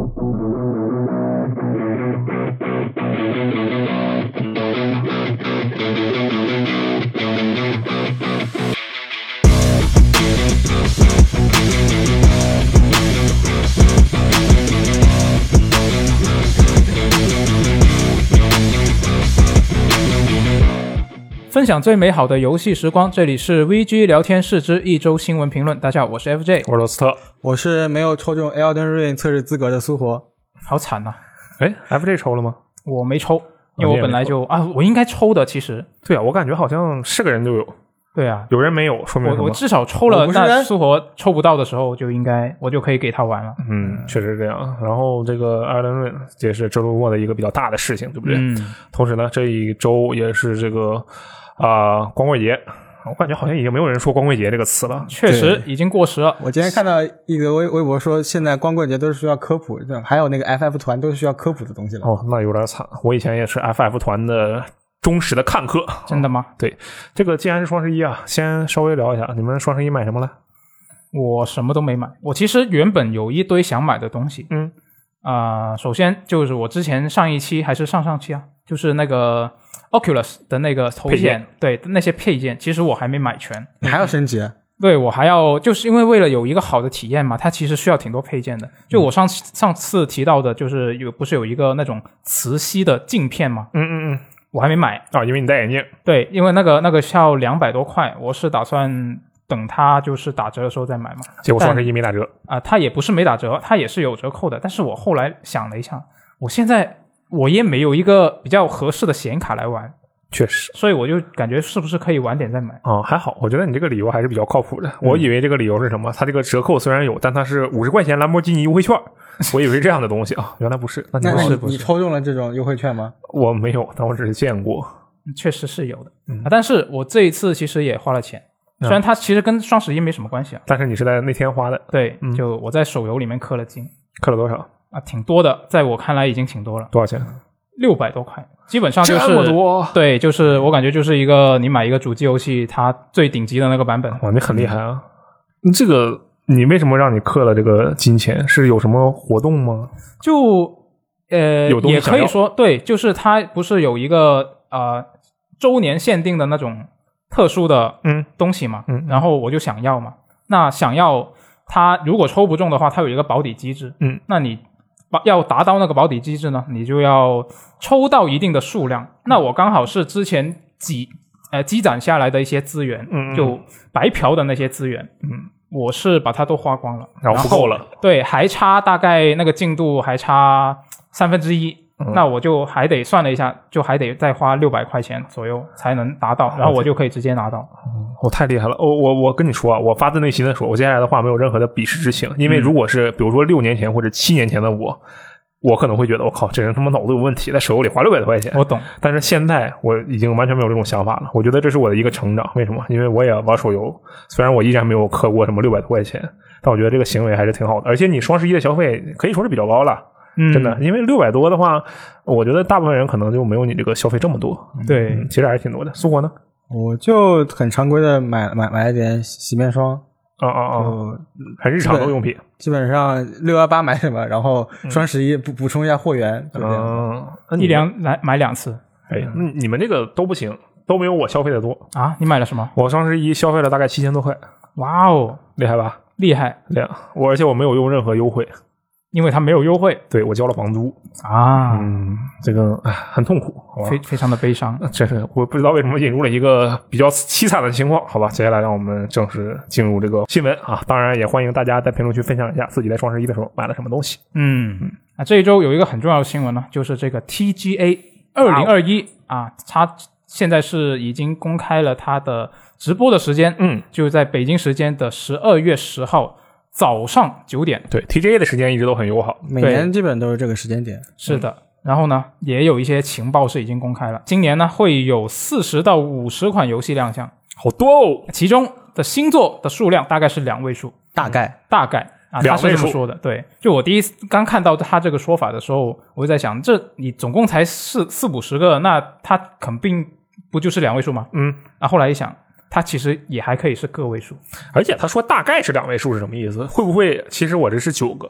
分享最美好的游戏时光，这里是 VG 聊天室之一周新闻评论。大家好，我是 FJ， 我是罗斯特， 我是没有抽中 Elden Ring 测试资格的苏活。 好惨呐 ！FJ 抽了吗？ 我没抽，因为我本来就我应该抽的。其实对啊，我感觉好像是个人都有。 对啊， 有人没有，说明什么？ 我至少抽了，那苏活抽不到的时候，我就可以给他玩了。 确实是这样。然后这个 Elden Ring 也是这周末的一个比较大的事情，对不对？同时呢，这一周也是这个光棍节。我感觉好像已经没有人说光棍节这个词了， 确实已经过时了。 我今天看到一个微博说，现在光棍节都是需要科普，还有那个 FF 团都是需要科普的东西了。 哦，那有点惨。我以前也是 FF 团的忠实的看客。 真的吗？ 对，这个既然是双十一啊，先稍微聊一下，你们双十一买什么了？ 我什么都没买。我其实原本有一堆想买的东西。首先就是我之前上一期还是上期啊，就是那个 Oculus 的那个头显，对，那些配件，其实我还没买全。 你还要升级？ 对，我还要，就是因为为了有一个好的体验嘛，它其实需要挺多配件的。就我上次提到的，就是不是有一个那种磁吸的镜片吗？我还没买啊，因为你戴眼镜。 对，因为那个需要200多块，我是打算等它就是打折的时候再买嘛。 结果双十一没打折它也不是没打折，它也是有折扣的。但是我后来想了一下，我也没有一个比较合适的显卡来玩。 确实， 所以我就感觉是不是可以晚点再买还好，我觉得你这个理由还是比较靠谱的。我以为这个理由是什么？它这个折扣虽然有，但它是50块钱兰博基尼优惠券，我以为是这样的东西啊，原来不是。 那你抽中了这种优惠券吗？ 我没有，但我只是见过。 确实是有的，但是我这一次其实也花了钱，虽然它其实跟双十一没什么关系啊。 但是你是在那天花的？ 对，就我在手游里面氪了金。 氪了多少？ 挺多的，在我看来已经挺多了。 多少钱 ？600多块，基本上就是这么多。 对，就是我感觉就是一个你买一个主机游戏它最顶级的那个版本。 哇，你很厉害啊！这个你为什么让你氪了这个金钱？是有什么活动吗？ 也可以说对，就是它不是有一个周年限定的那种特殊的东西嘛，然后我就想要嘛。那想要它如果抽不中的话，它有一个保底机制，那你要达到那个保底机制呢，你就要抽到一定的数量。那我刚好是之前积攒下来的一些资源，就白嫖的那些资源，我是把它都花光了， 然后不够了。 对，还差大概那个进度还差1/3，那我就还得算了一下，就还得再花600块钱左右才能达到，然后我就可以直接拿到。 我太厉害了！我跟你说啊，我发自内心的说，我接下来的话没有任何的鄙视之情，因为如果是比如说6年前或者7年前的我可能会觉得我靠，这人他妈脑子有问题，在手游里花600多块钱。 我懂， 但是现在我已经完全没有这种想法了。我觉得这是我的一个成长。为什么？因为我也玩手游，虽然我依然没有氪过什么600多块钱，但我觉得这个行为还是挺好的。而且你双十一的消费可以说是比较高了。真的，因为600多的话，我觉得大部分人可能就没有你这个消费这么多。 对， 其实还是挺多的。苏活呢？ 我就很常规的买了点洗面霜。 很日常的用品。 基本上618买什么，然后双十一补充一下货源。 一两买2次。 那你们这个都不行，都没有我消费的多啊！你买了什么？ 我双十一消费了大概7000多块。 哇哦， 厉害吧？ 厉害！ 而且我没有用任何优惠。 因为它没有优惠， 对，我交了房租啊， 这个很痛苦，好吧， 非常的悲伤。 真是我不知道为什么引入了一个比较凄惨的情况，好吧，接下来让我们正式进入这个新闻啊。当然也欢迎大家在评论区分享一下自己在双十一的时候买了什么东西。 这一周有一个很重要的新闻呢，就是这个 TGA 2021它现在是已经公开了它的直播的时间，就在北京时间的12月10号。早上9点。 对 TGA 的时间一直都很友好， 每年基本都是这个时间点。 是的，然后呢也有一些情报是已经公开了，今年呢会有40到50款游戏亮相， 好多哦， 其中的星座的数量大概是2位数，大概他是这么说的。对，就我第一次刚看到他这个说法的时候，我就在想，这你总共才40-50个，那他肯定不就是2位数吗？后来一想，它其实也还可以是个位数。 而且他说大概是2位数是什么意思？会不会其实我这是9个？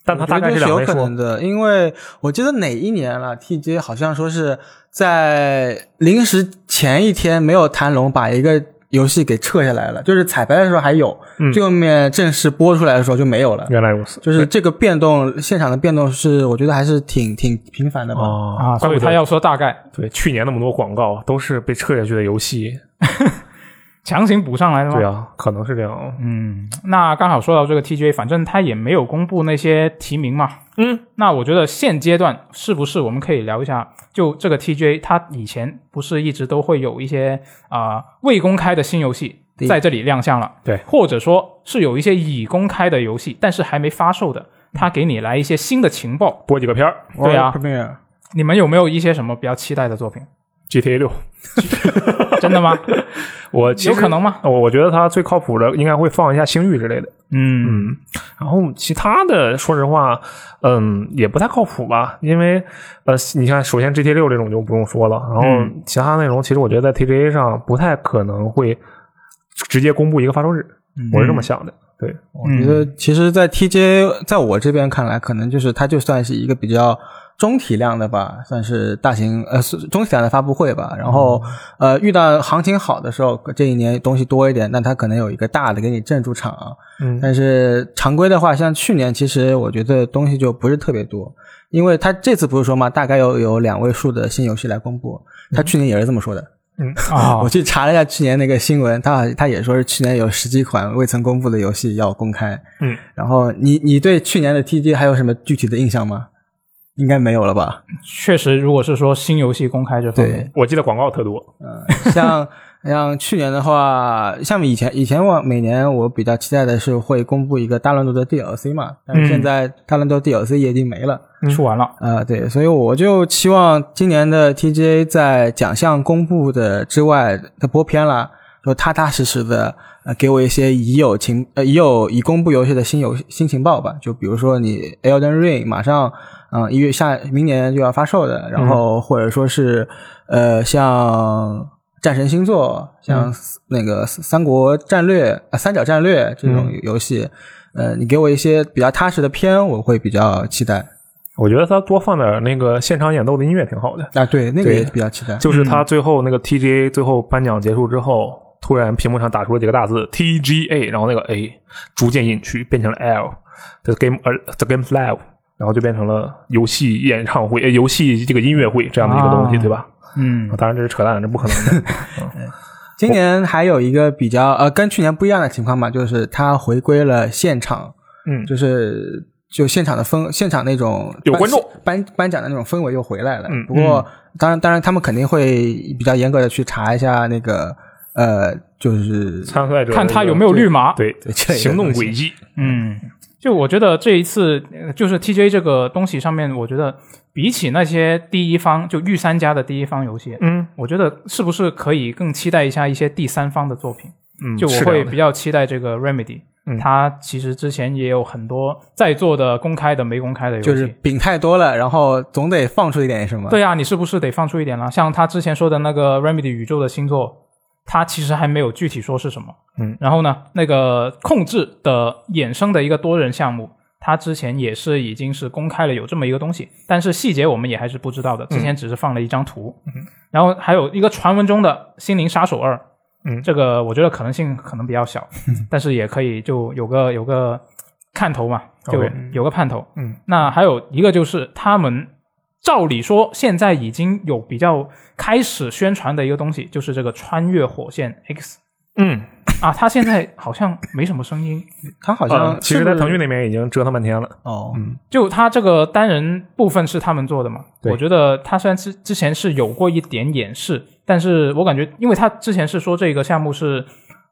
但它大概是2位数， 有可能的，因为我记得哪一年了 ，TGA 好像说是在临时前一天没有谈拢，把一个游戏给撤下来了，就是彩排的时候还有，最后面正式播出来的时候就没有了。 原来如此， 就是这个变动，现场的变动是我觉得还是挺频繁的吧。 所以他要说大概对，去年那么多广告都是被撤下去的游戏。 强行补上来的吗？ 对啊，可能是这样。 那刚好说到这个 TGA， 反正他也没有公布那些提名嘛。那我觉得现阶段是不是我们可以聊一下，就这个 TGA， 他以前不是一直都会有一些未公开的新游戏在这里亮相了， 对， 或者说是有一些已公开的游戏，但是还没发售的，他给你来一些新的情报， 播几个片儿。 对啊，你们有没有一些什么比较期待的作品 ？GTA 6 真的吗？ 我其实有可能吗？ 我觉得它最靠谱的应该会放一下星域之类的。然后其他的说实话也不太靠谱吧，因为你看首先 GTA 6这种就不用说了，然后其他内容其实我觉得在 TGA 上不太可能会直接公布一个发售日，我是这么想的。对， 我觉得其实在 TGA 在我这边看来，可能就是它就算是一个比较中体量的吧，算是大型中体量的发布会吧。然后遇到行情好的时候，这一年东西多一点，那它可能有一个大的给你镇住场。但是常规的话，像去年其实我觉得东西就不是特别多，因为它这次不是说嘛，大概有2位数的新游戏来公布，它去年也是这么说的。我去查了一下去年那个新闻，他也说是去年有10几款未曾公布的游戏要公开。然后你对去年的 TGA 还有什么具体的印象吗？应该没有了吧？ 确实，如果是说新游戏公开这方面， 我记得广告特多。 像去年的话，像以前我每年我比较期待的是会公布一个大乱斗的 DLC 嘛，但是现在大乱斗 DLC 也已经没了， 出完了。 对，所以我就期望今年的 TGA 在奖项公布的之外的播片啦，就踏踏实实的给我一些已公布游戏的新情报吧。就比如说你 Elden Ring 马上明年就要发售的，然后或者说是像战神星座，像那个三国战略三角战略这种游戏，你给我一些比较踏实的片，我会比较期待。 我觉得他多放点那个现场演奏的音乐挺好的啊，对，那个也比较期待。 就是他最后那个 TGA 最后颁奖结束之后，突然屏幕上打出了几个大字 TGA， 然后那个 A 逐渐隐去，变成了 L，The Game's Live， 然后就变成了游戏演唱会、游戏这个音乐会这样的一个东西，对吧？当然这是扯淡，这不可能的。 今年还有一个比较跟去年不一样的情况嘛，就是他回归了现场，就现场的现场那种有观众颁奖的那种氛围又回来了。不过当然他们肯定会比较严格的去查一下那个就是参赛者看他有没有绿码， 对行动轨迹。 就我觉得这一次就是 TGA 这个东西上面，我觉得比起那些第一方就御三家的第一方游戏，我觉得是不是可以更期待一下一些第三方的作品？就我会比较期待这个 Remedy，他其实之前也有很多在做的公开的没公开的游戏， 就是饼太多了，然后总得放出一点什么。 对啊，你是不是得放出一点了？像他之前说的那个 Remedy 宇宙的新作，他其实还没有具体说是什么。然后呢，那个控制的衍生的一个多人项目，他之前也是已经是公开了有这么一个东西，但是细节我们也还是不知道的，之前只是放了一张图。然后还有一个传闻中的心灵杀手2，这个我觉得可能性可能比较小，但是也可以就有个看头嘛，就有个盼头。那还有一个就是他们照理说现在已经有比较开始宣传的一个东西，就是这个穿越火线 X。他现在好像没什么声音， 他好像其实在腾讯那边已经折腾半天了。 就他这个单人部分是他们做的嘛，我觉得他虽然之前是有过一点演示，但是我感觉因为他之前是说这个项目是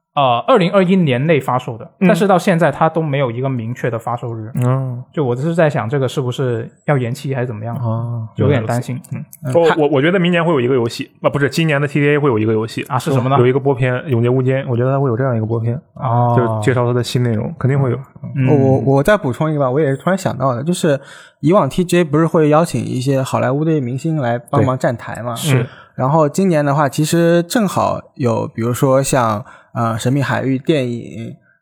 2021年内发售的，但是到现在它都没有一个明确的发售日。就我只是在想这个是不是要延期还是怎么样，有点担心。 我觉得明年会有一个游戏，不是今年的 TGA 会有一个游戏是什么呢？ 有一个播片《永劫无间》，我觉得它会有这样一个播片就是介绍它的新内容，肯定会有。 我再补充一个吧，我也是突然想到的，就是以往 TGA 不是会邀请一些好莱坞的明星来帮忙站台嘛？ 是。 然后今年的话，其实正好有，比如说像神秘海域电影，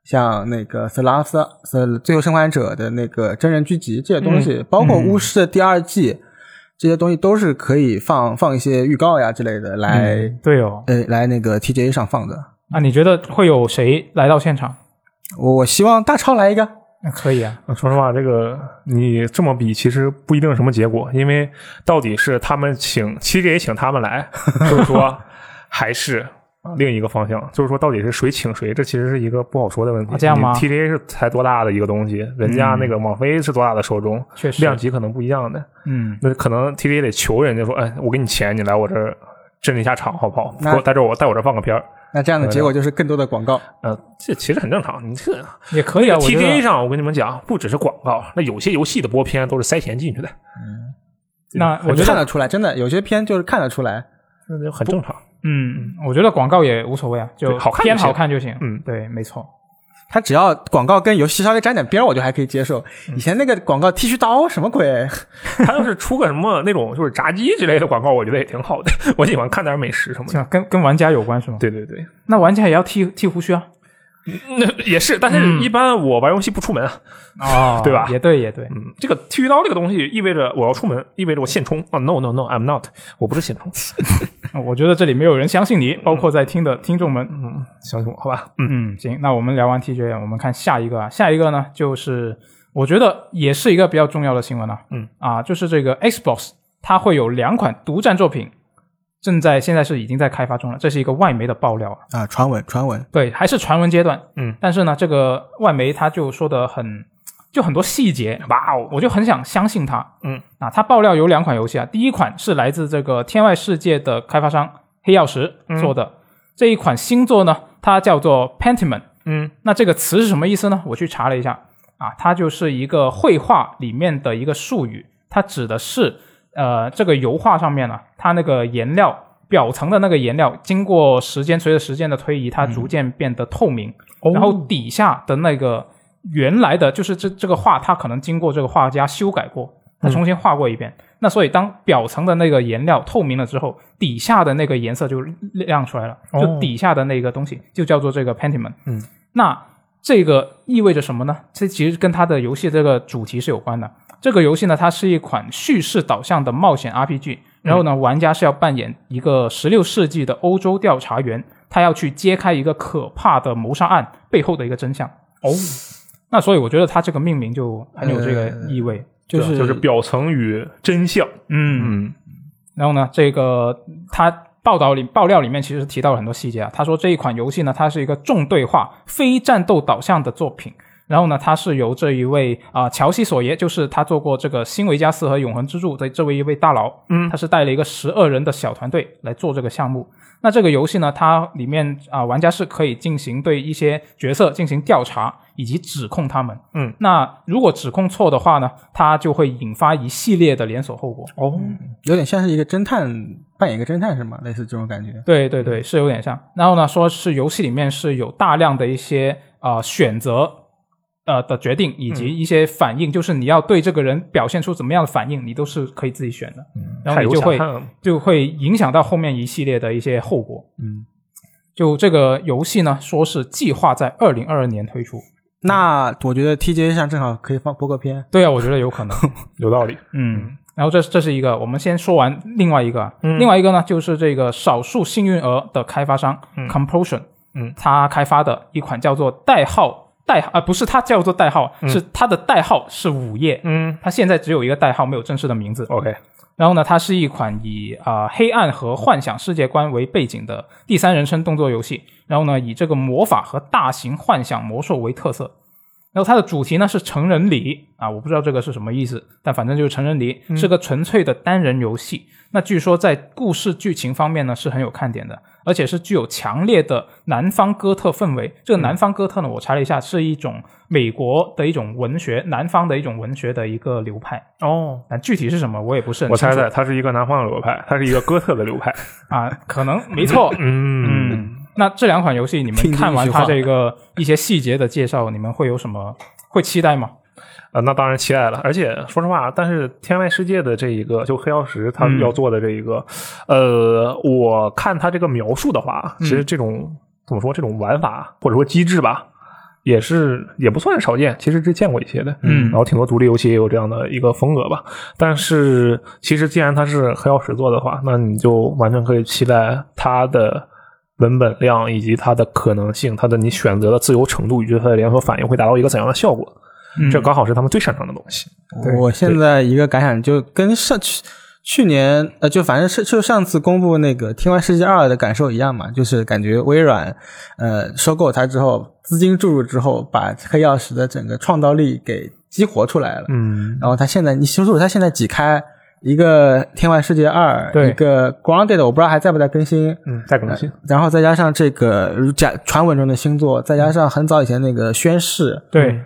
像那个 The Last 最后生还者的那个真人剧集这些东西，包括巫师的第2季，这些东西都是可以放一些预告呀之类的来， 对哦， 来那个 TGA 上放的。 啊，你觉得会有谁来到现场？ 我希望大超来一个。 可以啊。 说实话，这个你这么比其实不一定什么结果，因为到底是他们TGA 请他们来，就是说还是另一个方向，就是说到底是谁请谁，这其实是一个不好说的问题。 这样吗 ？TGA 是才多大的一个东西，人家那个网飞是多大的受众， 确实量级可能不一样的。那可能 TGA 得求人家说，哎，我给你钱，你来我这儿镇一下场好不好？带我这放个片儿。 那这样的结果就是更多的广告。 这其实很正常。你这也可以啊。 TGA 上我跟你们讲，不只是广告，那有些游戏的播片都是塞钱进去的。 那我觉得看得出来，真的有些片就是看得出来， 那很正常。 我觉得广告也无所谓啊，就片好看就行。对，没错。 他只要广告跟游戏稍微沾点边我就还可以接受。以前那个广告剃须刀什么鬼？ 他要是出个什么那种就是炸鸡之类的广告，我觉得也挺好的。我喜欢看点美食什么的。 跟玩家有关是吗？ 对对对。 那玩家也要剃胡须啊？ 那也是，但是一般我玩游戏不出门啊，对吧？ 也对也对。 这个剃须刀这个东西意味着我要出门，意味着我现充啊 ？No I'm not， 我不是现充。 我觉得这里没有人相信你，包括在听的听众们。 相信我好吧？ 行，那我们聊完 TGA， 我们看下一个啊。下一个呢，就是我觉得也是一个比较重要的新闻啊。就是这个 Xbox 它会有2款独占作品。现在是已经在开发中了，这是一个外媒的爆料啊， 传闻， 对，还是传闻阶段，但是呢，这个外媒他就说的很多细节，哇，我就很想相信他，他爆料有2款游戏啊，第一款是来自这个天外世界的开发商黑曜石做的，这一款新作呢，它叫做 Pentiment，那这个词是什么意思呢？我去查了一下啊，它就是一个绘画里面的一个术语，它指的是。这个油画上面呢，它那个颜料表层的那个颜料，经过随着时间的推移，它逐渐变得透明。然后底下的那个原来的，就是这个画，它可能经过这个画家修改过，他重新画过一遍。那所以当表层的那个颜料透明了之后，底下的那个颜色就亮出来了，就底下的那个东西就叫做这个 Pentiment。那这个意味着什么呢？这其实跟它的游戏这个主题是有关的。这个游戏呢，它是一款叙事导向的冒险 RPG， 然后呢，玩家是要扮演一个16世纪的欧洲调查员，他要去揭开一个可怕的谋杀案背后的一个真相。那所以我觉得它这个命名就很有这个意味， 就是表层与真相。 然后呢，这个它爆料里面其实提到了很多细节啊。他说这一款游戏呢，它是一个重对话、非战斗导向的作品。然后呢，它是由这一位乔西索耶，就是他做过这个新维加斯和永恒之柱的这位一位大佬，他是带了一个12人的小团队来做这个项目。那这个游戏呢，它里面玩家是可以进行对一些角色进行调查以及指控他们。那如果指控错的话呢，它就会引发一系列的连锁后果。 有点像是一个侦探扮演一个侦探是吗？类似这种感觉。 对对对，是有点像。然后呢，说是游戏里面是有大量的一些选择的决定以及一些反应，就是你要对这个人表现出怎么样的反应，你都是可以自己选的。然后你就会影响到后面一系列的一些后果。就这个游戏呢，说是计划在2022年推出。 那我觉得 TGA 上正好可以播个片。 对啊，我觉得有可能。 有道理。 然后这是一个，我们先说完另外一个。另外一个呢，就是这个少数幸运儿的开发商 Compulsion，他开发的一款叫做不是它叫做代号，是它的代号是午夜。它现在只有一个代号，没有正式的名字。 OK。 然后呢，它是一款以黑暗和幻想世界观为背景的第三人称动作游戏。然后呢，以这个魔法和大型幻想魔兽为特色。然后它的主题呢是成人礼我不知道这个是什么意思，但反正就是成人礼，是个纯粹的单人游戏。那据说在故事剧情方面呢是很有看点的，而且是具有强烈的南方哥特氛围。这个南方哥特呢，我查了一下，是一种美国的一种文学，南方的一种文学的一个流派。但具体是什么我也不是很清楚。 我猜它是一个南方的流派，它是一个哥特的流派可能没错。那这2款游戏你们看完它这个一些细节的介绍，你们会有什么会期待吗？ 那当然期待了。而且说实话，但是天外世界的这一个就黑曜石他要做的这一个我看他这个描述的话，其实这种怎么说，这种玩法或者说机制吧， 也不算少见，其实是见过一些的，然后挺多独立游戏也有这样的一个风格吧。但是其实既然它是黑曜石做的话，那你就完全可以期待它的文本量以及它的可能性，它的你选择的自由程度以及它的连锁反应会达到一个怎样的效果。这刚好是他们最擅长的东西。 我现在一个感想就跟去年就反正就上次公布那个《天外世界2》的感受一样嘛，就是感觉微软收购它之后，资金注入之后，把黑曜石的整个创造力给激活出来了。然后它现在你记住它现在几开一个《天外世界2》，一个 Grounded 我不知道还在不在更新， 在更新。 然后再加上这个传闻中的新作，再加上很早以前那个宣誓， 对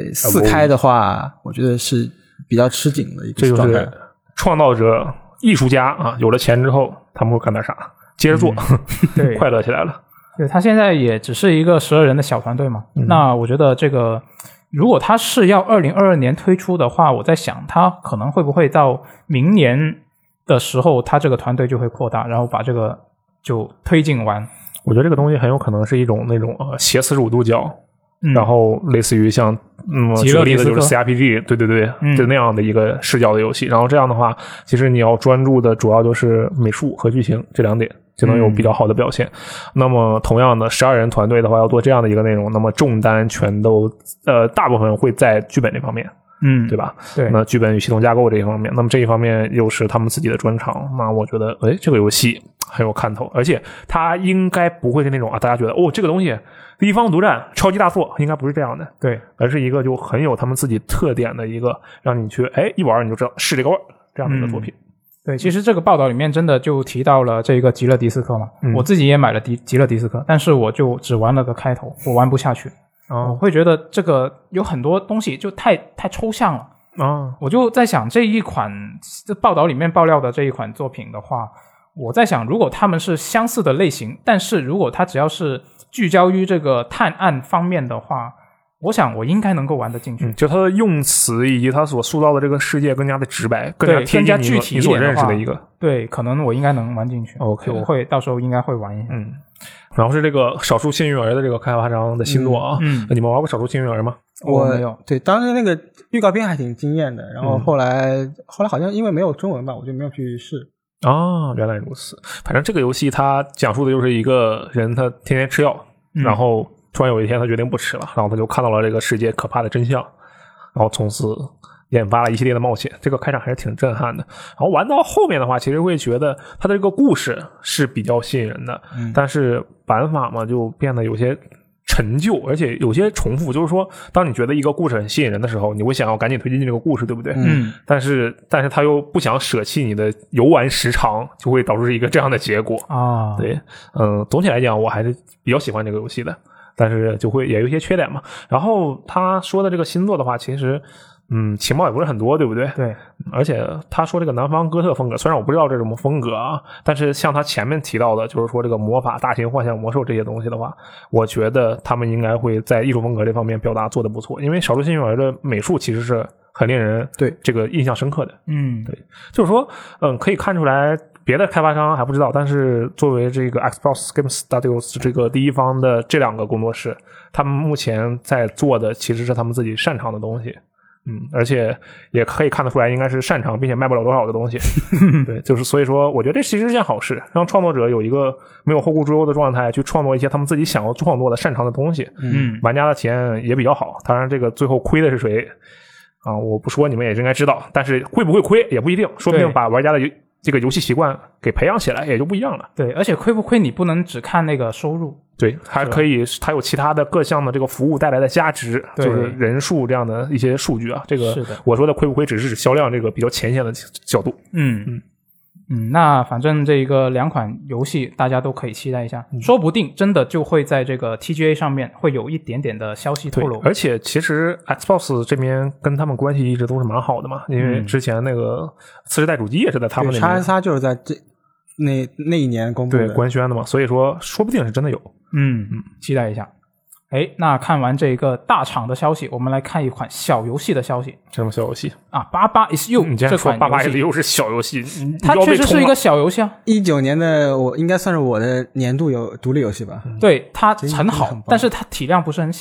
4开的话，我觉得是比较吃紧的一个状态。 这就是创造者、艺术家啊，有了钱之后，他们会干点啥？接着做，对，快乐起来了。 对，他现在也只是一个12人的小团队嘛。那我觉得这个，如果他是要2022年推出的话，我在想他可能会不会到明年的时候，他这个团队就会扩大，然后把这个就推进完。 我觉得这个东西很有可能是一种那种斜40度角。然后类似于像极乐迪斯科就是 CRPG 对就那样的一个视角的游戏。然后这样的话其实你要专注的主要就是美术和剧情这2点就能有比较好的表现。那么同样的12人团队的话要做这样的一个内容，那么重担全都大部分会在剧本这方面，对吧？ 对。 那剧本与系统架构这一方面，那么这一方面又是他们自己的专长，那我觉得这个游戏很有看头，而且它应该不会是那种大家觉得这个东西第一方独占超级大作，应该不是这样的， 对， 而是一个就很有他们自己特点的一个，让你去一玩你就知道是这个味儿这样的一个作品。 对，其实这个报道里面真的就提到了这个极乐迪斯科嘛，我自己也买了极乐迪斯科，但是我就只玩了个开头，我玩不下去。我会觉得这个有很多东西就太抽象了。我就在想这报道里面爆料的这一款作品的话，我在想如果他们是相似的类型，但是如果它只要是聚焦于这个探案方面的话，我想我应该能够玩得进去。 就它的用词以及它所塑造的这个世界更加的直白，更加具体你所认识的一个。 对，可能我应该能玩进去。 OK， 我会到时候应该会玩一下。 然后是这个少数幸运儿的这个开发商的新作啊。你们玩过少数幸运儿吗？ 我没有。对，当时那个预告片还挺惊艳的，然后后来好像因为没有中文吧，我就没有去试。 原来如此。反正这个游戏它讲述的就是一个人他天天吃药，然后突然有一天他决定不吃了，然后他就看到了这个世界可怕的真相，然后从此引发了一系列的冒险。这个开场还是挺震撼的。然后玩到后面的话其实会觉得它的这个故事是比较吸引人的，但是玩法嘛就变得有些陈旧，而且有些重复。就是说当你觉得一个故事很吸引人的时候，你会想要赶紧推进这个故事，对不对？但是他又不想舍弃你的游玩时长，就会导致一个这样的结果啊。对，总体来讲我还是比较喜欢这个游戏的，但是就会也有一些缺点嘛。然后他说的这个新作的话其实情报也不是很多，对不对？ 对。 而且他说这个南方哥特风格，虽然我不知道这是什么风格啊，但是像他前面提到的就是说这个魔法、大型幻象、魔兽这些东西的话，我觉得他们应该会在艺术风格这方面表达做得不错。因为少数幸运儿的美术其实是很令人对这个印象深刻的。对，就是说可以看出来别的开发商还不知道，但是作为这个 Xbox Game Studios 这个第一方的这2个工作室，他们目前在做的其实是他们自己擅长的东西。而且也可以看得出来应该是擅长并且卖不了多少的东西。对，就是所以说我觉得这其实是件好事，让创作者有一个没有后顾之忧的状态去创作一些他们自己想要创作的擅长的东西。玩家的体验也比较好。当然这个最后亏的是谁我不说你们也应该知道，但是会不会亏也不一定，说不定把玩家的这个游戏习惯给培养起来也就不一样了。 对，而且亏不亏你不能只看那个收入， 对，还可以它有其他的各项的这个服务带来的价值，就是人数这样的一些数据啊。这个我说的亏不亏只是指销量这个比较浅显的角度。 那反正这个2款游戏大家都可以期待一下，说不定真的就会在这个 TGA 上面会有一点点的消息透露。 而且其实 Xbox 这边跟他们关系一直都是蛮好的嘛，因为之前那个次世代主机也是在他们那边 ，XSR 就是在那一年公布的， 对，官宣的嘛，所以说说不定是真的有。 期待一下。那看完这个大厂的消息，我们来看一款小游戏的消息。 什么小游戏啊？88 is you 你竟然说88 is you 是小游戏， 它确实是一个小游戏啊。 19年的我应该算是我的年度独立游戏吧。 对，它很好，但是它体量不是很小。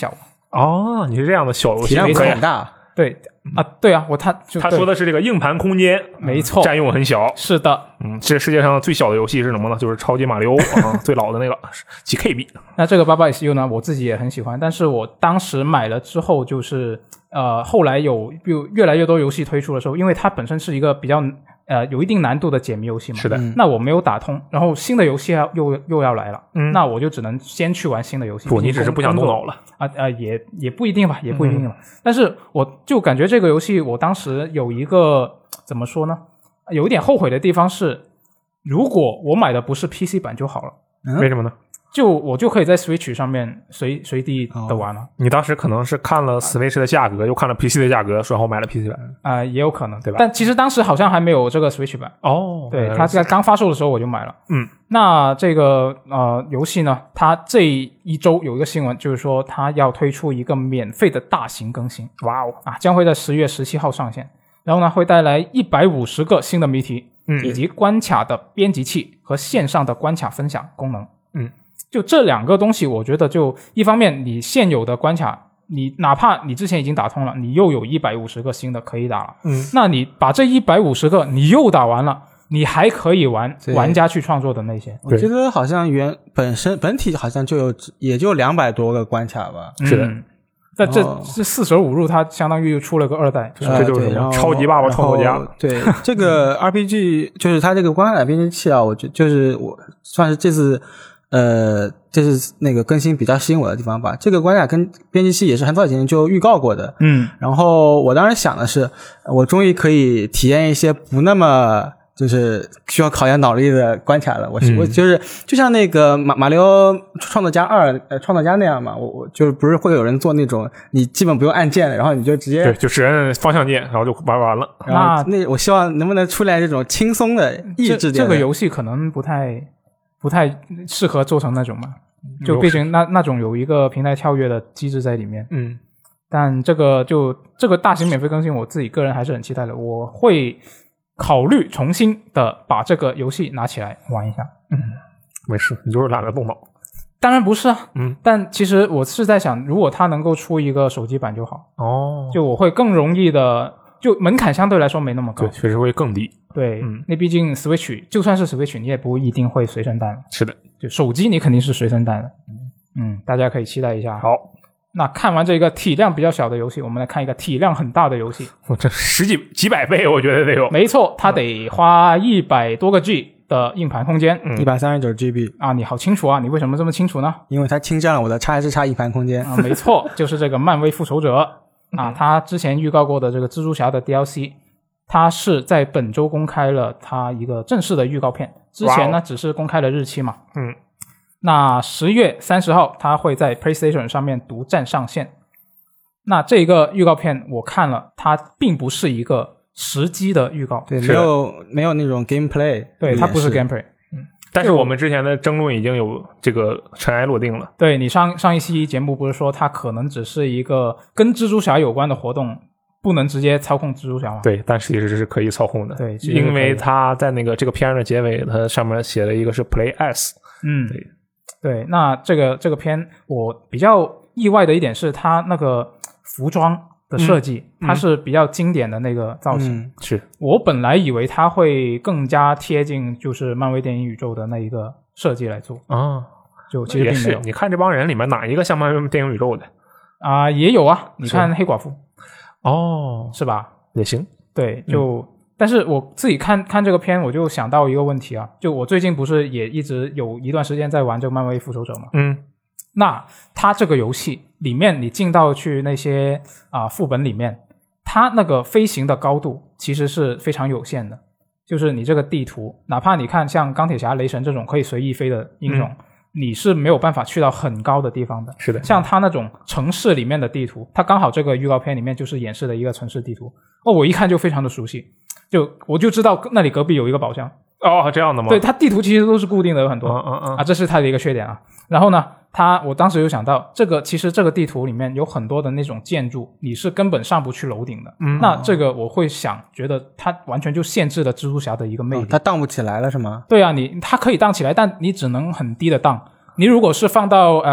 哦，你是这样的小游戏， 体量不是很大。 对啊，对啊，他说的是这个硬盘空间， 没错， 占用很小。 是的， 这世界上最小的游戏是什么呢？就是超级马里奥最老的那个几 KB。 那这个 800XU 呢，我自己也很喜欢，但是我当时买了之后，就是后来有越来越多游戏推出的时候，因为它本身是一个比较有一定难度的解谜游戏嘛， 是的， 那我没有打通，然后新的游戏又要来了，那我就只能先去玩新的游戏。 不，你只是不想动脑了也不一定吧，也不一定吧。但是我就感觉这个游戏，我当时有一个怎么说呢，有一点后悔的地方是，如果我买的不是 PC 版就好了。 为什么呢？ 我就可以在 Switch 上面随地的玩了。 你当时可能是看了 Switch 的价格，又看了 PC 的价格，然后买了 PC 版也有可能， 对吧？ 但其实当时好像还没有这个 Switch 版哦。 对，它在刚发售的时候我就买了。那这个游戏呢，它这一周有一个新闻，就是说它要推出一个免费的大型更新。 哇哦！ 将会在10月17号上线。然后呢，会带来150个新的谜题，以及关卡的编辑器和线上的关卡分享功能。就这两个东西，我觉得就一方面你现有的关卡，你哪怕你之前已经打通了，你又有150个新的可以打了。那你把这150个你又打完了，你还可以玩玩家去创作的那些。 我觉得好像本体好像也就200多个关卡吧。 是的。 在这四舍五入，它相当于又出了个2代， 这就是超级爸爸创作家。 对，这个 RPG 就是它这个关卡编辑器啊，我觉得就是我算是这次那个更新比较吸引我的地方吧。这个关卡跟编辑器也是很早以前就预告过的。然后我当时想的是，我终于可以体验一些不那么就是需要考验脑力的关卡了。我就是就像那个马里奥创作家2创作家那样嘛，我就是不是会有人做那种你基本不用按键的，然后你就直接对，就只按方向键，然后就玩完了。 那我希望能不能出来这种轻松的益智点。 这个游戏可能不太适合做成那种嘛，就毕竟那种有一个平台跳跃的机制在里面。但这个大型免费更新，我自己个人还是很期待的，我会考虑重新的把这个游戏拿起来玩一下。 没事，你就是懒得动脑。 当然不是啊。但其实我是在想，如果它能够出一个手机版就好。就我会更容易的，就门槛相对来说没那么高。 对，确实会更低。 对，那毕竟 Switch 就算是 Switch 你也不一定会随身带。 是的， 就手机你肯定是随身带的。大家可以期待一下。 好， 那看完这个体量比较小的游戏，我们来看一个体量很大的游戏。 这几百倍我觉得得有。 没错，它得花100多个 G 的硬盘空间。 139 GB 啊，你好清楚啊，你为什么这么清楚呢？ 因为它侵占了我的 XSX 硬盘空间啊。没错，就是这个漫威复仇者啊，他之前预告过的这个蜘蛛侠的 DLC， 它是在本周公开了它一个正式的预告片，之前呢只是公开了日期嘛。那10月30号它会在 PlayStation 上面独占上线。那这个预告片我看了，它并不是一个实机的预告。 对，没有那种 gameplay。 对，它不是 gameplay。 但是我们之前的争论已经有这个尘埃落定了。 对，你上一期节目不是说它可能只是一个跟蜘蛛侠有关的活动，不能直接操控蜘蛛侠吗？ 对，但其实是可以操控的。 对， 因为它在这个片的结尾，它上面写了一个是 Play as。 对，那这个片我比较意外的一点是它那个服装的设计，它是比较经典的那个造型。 是我本来以为它会更加贴近就是漫威电影宇宙的那一个设计来做啊， 就其实并没有。 你看这帮人里面哪一个像漫威电影宇宙的啊？也有啊，你看黑寡妇是吧？ 也行。 对，但是我自己看这个片，我就想到一个问题啊，就我最近不是也一直有一段时间在玩这个漫威复仇者嘛。那它这个游戏里面，你进到去那些副本里面，它那个飞行的高度其实是非常有限的。就是你这个地图，哪怕你看像钢铁侠、雷神这种可以随意飞的英雄，你是没有办法去到很高的地方的。 是的， 像它那种城市里面的地图，它刚好这个预告片里面就是演示的一个城市地图。我一看就非常的熟悉，我就知道那里隔壁有一个宝箱。 这样的吗？ 对，它地图其实都是固定的，有很多。这是它的一个缺点啊。然后呢，我当时有想到，其实这个地图里面有很多的那种建筑，你是根本上不去楼顶的。那这个我会觉得它完全就限制了蜘蛛侠的一个魅力。 它荡不起来了是吗？ 对啊，它可以荡起来，但你只能很低的荡。 你如果是放到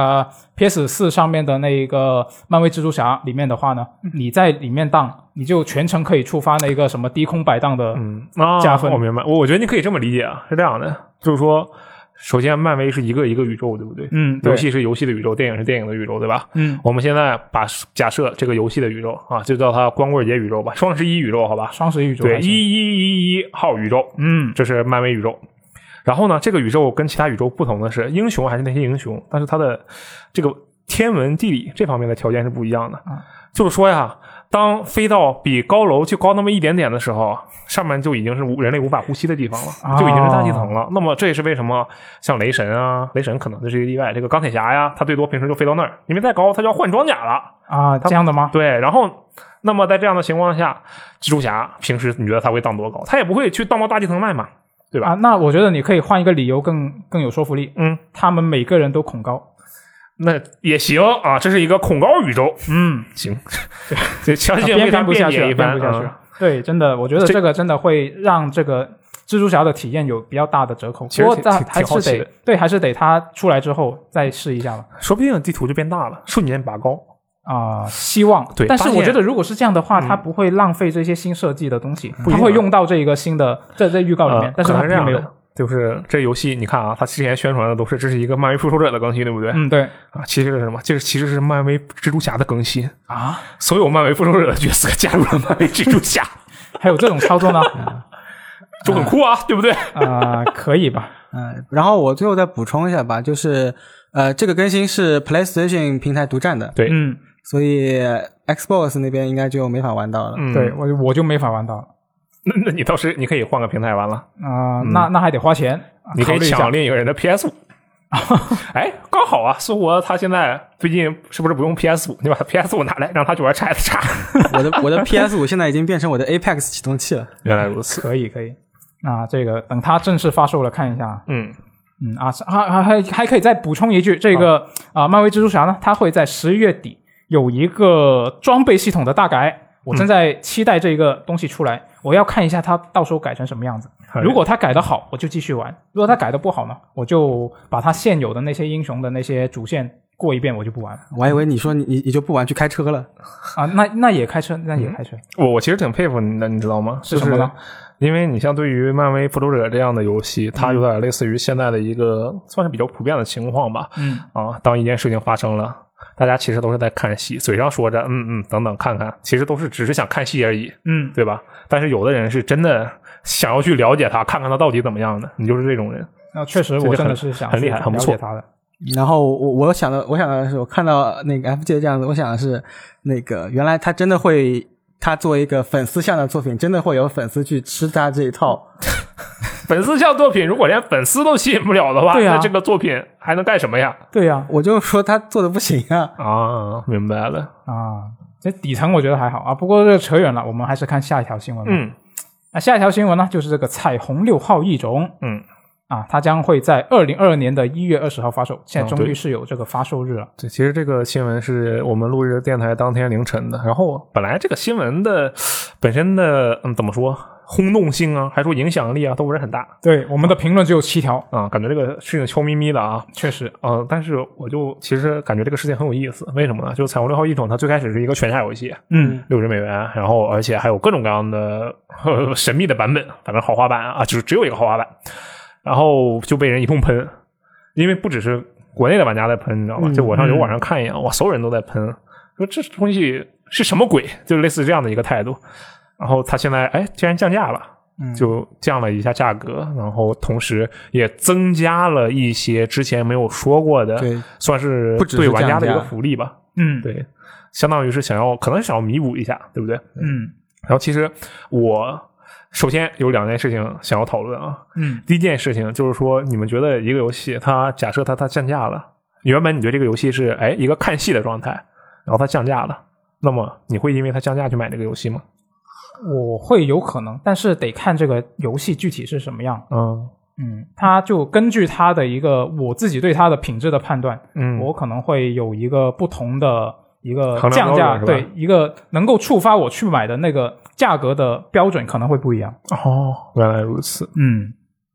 PS4 上面的那个漫威蜘蛛侠里面的话呢，你在里面当，你就全程可以触发那个什么低空摆荡的加分。 我明白，我觉得你可以这么理解啊，是这样的，就是说。首先，漫威是一个宇宙，对不对？游戏是游戏的宇宙，电影是电影的宇宙，对吧？我们现在假设这个游戏的宇宙啊，就叫它光棍节宇宙吧，双11宇宙，好吧？ 双11宇宙， 对，1111号宇宙，这是漫威宇宙。然后呢，这个宇宙跟其他宇宙不同的是，英雄还是那些英雄，但是它的这个天文地理这方面的条件是不一样的。就是说呀，当飞到比高楼就高那么一点点的时候，上面就已经是人类无法呼吸的地方了，就已经是大气层了。那么这也是为什么像雷神啊，雷神可能这是一个例外，这个钢铁侠呀，他最多平时就飞到那儿，因为再高他就要换装甲了啊，这样的吗？ 对，然后那么在这样的情况下，蜘蛛侠平时你觉得他会荡多高？他也不会去荡到大气层外嘛，对吧？ 那我觉得你可以换一个理由更有说服力。他们每个人都恐高。 那也行啊，这是一个恐高宇宙。行，这相信为他辩解一番。 对，真的，我觉得这个真的会让这个蜘蛛侠的体验有比较大的折扣。 不过还是得他出来之后再试一下吧。 说不定地图就变大了，瞬间拔高希望。 对， 但是我觉得如果是这样的话，他不会浪费这些新设计的东西，他会用到这个新的在预告里面，但是他并没有。 就是这游戏，你看啊，它之前宣传的都是这是一个漫威复仇者的更新，对不对？ 对啊，其实是什么？这其实是漫威蜘蛛侠的更新啊！ 所有漫威复仇者的角色加入了漫威蜘蛛侠， 还有这种操作呢， 就很酷啊，对不对？ 可以吧？ 然后我最后再补充一下吧，就是这个更新是 PlayStation 平台独占的， 对， 所以 Xbox 那边应该就没法玩到了， 对我就没法玩到了。 那你倒是你可以换个平台玩了那还得花钱， 你可以抢另一个人的 PS5。哎，刚好啊，苏活他现在最近是不是不用 PS5？ 你把他 PS5 拿来，让他去玩拆的叉。 我的 PS5 现在已经变成我的 Apex 启动器了。 原来如此， 可以。那这个等它正式发售了看一下。还可以再补充一句，这个漫威蜘蛛侠呢，它会在11月底有一个装备系统的大改。我正在期待这个东西出来，我要看一下它到时候改成什么样子。如果它改得好，我就继续玩；如果它改得不好呢，我就把它现有的那些英雄的那些主线过一遍，我就不玩了。 我还以为你说你就不玩去开车了那也开车， 我其实挺佩服你的，你知道吗？ 是什么呢？ 因为你像对于漫威复仇者这样的游戏，它有点类似于现在的一个算是比较普遍的情况吧。当一件事情发生了，大家其实都是在看戏，嘴上说着等等看看，其实都是只是想看戏而已，对吧？但是有的人是真的想要去了解他，看看他到底怎么样的，你就是这种人。 确实，我真的是想很厉害，很不错他的。 然后我想的是，我看到那个 FJ 这样子，我想的是那个原来他真的会，他作为一个粉丝向的作品，真的会有粉丝去吃他这一套。 粉丝向作品如果连粉丝都吸引不了的话，那这个作品还能干什么呀？ 对呀， 我就说他做的不行啊。明白了这底层我觉得还好不过这个扯远了，我们还是看下一条新闻吧。下一条新闻呢，就是这个彩虹6号异种。它将会在2022年的1月20号发售，现在终于是有这个发售日了。 对，其实这个新闻是我们录制电台当天凌晨的，然后本来这个新闻的本身的怎么说轰动性啊，还说影响力啊，都不是很大。 对，我们的评论只有7条感觉这个事情悄咪咪的啊， 确实但是我就其实感觉这个事情很有意思，为什么呢？就是彩虹6号异种它最开始是一个全价游戏，$60，然后而且还有各种各样的神秘的版本，反正豪华版就是只有一个豪华版。然后就被人一通喷，因为不只是国内的玩家在喷，你知道吗？就我上油管上看一眼，哇，所有人都在喷，说这东西是什么鬼，就类似这样的一个态度。然后他现在竟然降价了，就降了一下价格，然后同时也增加了一些之前没有说过的，算是对玩家的一个福利吧。对，相当于是可能想要弥补一下，对不对？然后其实我首先有2件事情想要讨论第一件事情就是说，你们觉得一个游戏它假设它降价了，原本你觉得这个游戏是一个看戏的状态，然后它降价了，那么你会因为它降价去买这个游戏吗？ 我会有可能，但是得看这个游戏具体是什么样。它就根据它的一个我自己对它的品质的判断，我可能会有一个不同的一个降价，对，一个能够触发我去买的那个价格的标准可能会不一样。 原来如此。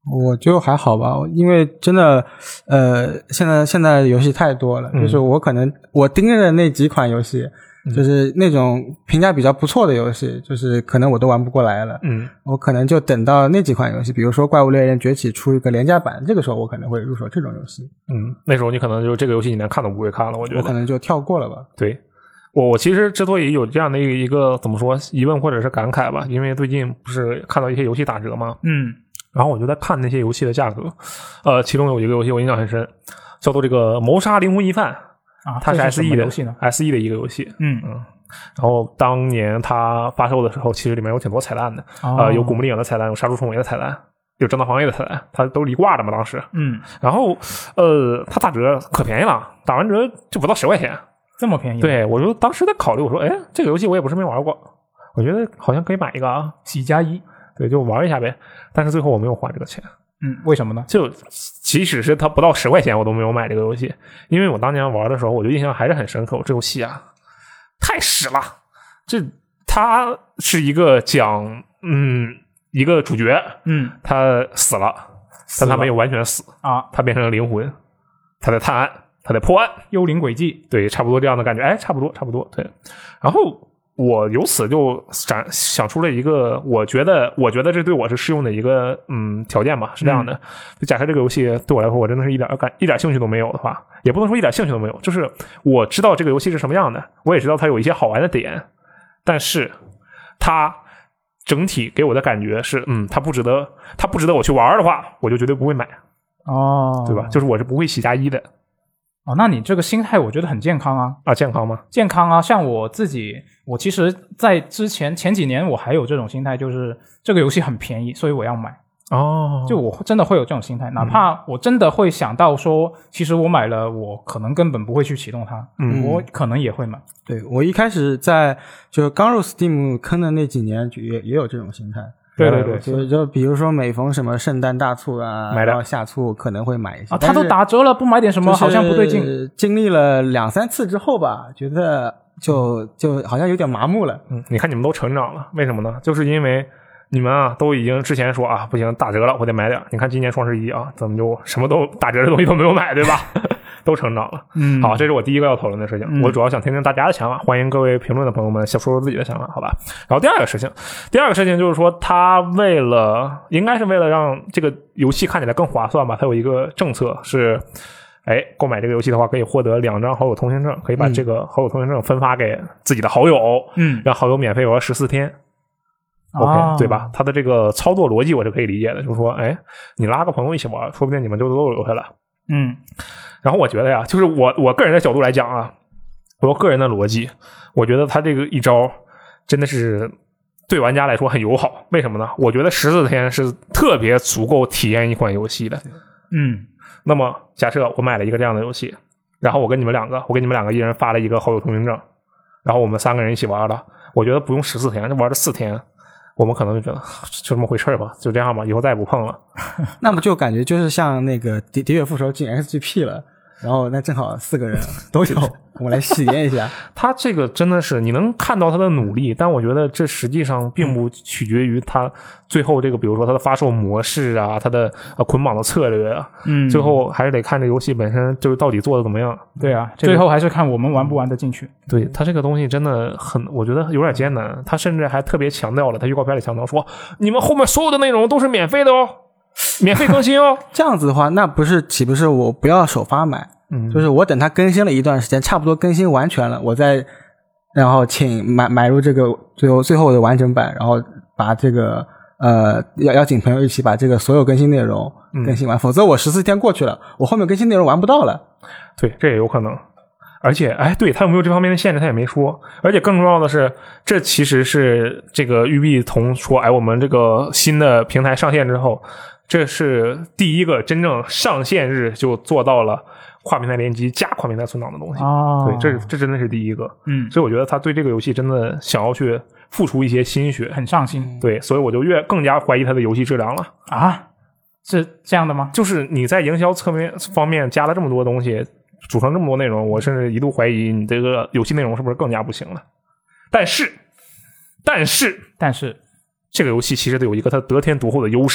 我就还好吧，因为真的，现在游戏太多了，就是我盯着的那几款游戏，就是那种评价比较不错的游戏，就是可能我都玩不过来了。我可能就等到那几款游戏，比如说《怪物猎人崛起》出一个廉价版，这个时候我可能会入手这种游戏。 那时候你可能就这个游戏你连看都不会看了，我觉得。 我可能就跳过了吧。 对。我其实之所以有这样的一个怎么说疑问或者是感慨吧，因为最近不是看到一些游戏打折吗？然后我就在看那些游戏的价格，其中有一个游戏我印象很深，叫做这个《谋杀灵魂疑犯》 啊， 它是 SE 的游戏呢 ，SE 的一个游戏。然后当年它发售的时候，其实里面有挺多彩蛋的，有古墓丽影的彩蛋，有杀出重围的彩蛋，有正当防卫的彩蛋，它都离挂的嘛当时。然后它打折可便宜了，打完折就不到10块钱。 这么便宜？ 对，我就当时在考虑，我说，哎，这个游戏我也不是没玩过，我觉得好像可以买一个啊， 喜加一， 对，就玩一下呗。但是最后我没有花这个钱。 为什么呢？ 就即使是它不到10块钱，我都没有买这个游戏，因为我当年玩的时候，我就印象还是很深刻。这游戏啊，太屎了！它是一个讲，一个主角，他死了，但他没有完全死啊， 他变成了灵魂，他在探案。他在破案， 幽灵轨迹， 对，差不多这样的感觉，哎，差不多，对。然后我由此就想出了一个，我觉得这对我是适用的一个条件吧，是这样的。就假设这个游戏对我来说，我真的是一点兴趣都没有的话，也不能说一点兴趣都没有，就是我知道这个游戏是什么样的，我也知道它有一些好玩的点，但是它整体给我的感觉是，它不值得我去玩的话，我就绝对不会买。对吧？就是我是不会喜加一的。 那你这个心态我觉得很健康啊。 健康吗？ 健康啊，像我自己，我其实在前几年我还有这种心态，就是这个游戏很便宜，所以我要买。就我真的会有这种心态，哪怕我真的会想到说，其实我买了，我可能根本不会去启动它，我可能也会买。 对，我一开始就刚入 Steam 坑的那几年也有这种心态。 对， 就比如说每逢什么圣诞大促啊，然后下促可能会买一些它都打折了，不买点什么好像不对劲。 经历了2-3次之后吧，觉得就好像有点麻木了。 你看你们都成长了，为什么呢？就是因为你们啊都已经之前说不行，打折了我得买点。你看今年双11啊，怎么就什么都打折的东西都没有买，对吧？都成长了。好，这是我第一个要讨论的事情。我主要想听听大家的想法，欢迎各位评论的朋友们先说说自己的想法，好吧？然后第二个事情就是说，应该是为了让这个游戏看起来更划算吧，它有一个政策是，购买这个游戏的话可以获得2张好友通行证，可以把这个好友通行证分发给自己的好友，让好友免费玩14天。OK， 对吧？它的这个操作逻辑我是可以理解的，就是说，你拉个朋友一起玩，说不定你们就都留下来。然后我觉得呀，就是我个人的角度来讲啊，我个人的逻辑，我觉得他这个一招真的是对玩家来说很友好。为什么呢？我觉得14天是特别足够体验一款游戏的。那么假设我买了一个这样的游戏，然后我给你们两个一人发了一个好友通行证，然后我们3个人一起玩了，我觉得不用14天，就玩了4天。我们可能就觉得就这么回事吧，就这样吧，以后再也不碰了。 那么就感觉就是像那个喋血副手进 XGP 了，然后那正好4个人都有，我们来体验一下。 他这个真的是你能看到他的努力，但我觉得这实际上并不取决于他最后这个，比如说他的发售模式啊，他的捆绑的策略啊，最后还是得看这游戏本身就是到底做的怎么样。 对啊，最后还是看我们玩不玩得进去。 对，他这个东西真的我觉得有点艰难。他甚至还特别强调了，他预告片里强调说，你们后面所有的内容都是免费的哦，免费更新哦。 这样子的话，那岂不是我不要首发买？就是我等它更新了一段时间，差不多更新完全了，我再然后请买入这个最后的完整版，然后把这个邀请朋友一起把这个所有更新内容更新完，否则我14天过去了，我后面更新内容玩不到了。 对，这也有可能。而且对，他有没有这方面的限制他也没说。而且更重要的是，这其实是这个育碧从说我们这个新的平台上线之后，这是第一个真正上线日就做到了跨平台联机加跨平台存档的东西。对，这真的是第一个。所以我觉得他对这个游戏真的想要去付出一些心血， 很上心。 对，所以我就更加怀疑他的游戏质量了。 是这样的吗？ 就是你在营销侧面方面加了这么多东西，组成这么多内容，我甚至一度怀疑你这个游戏内容是不是更加不行了。但是这个游戏其实有一个它得天独厚的优势，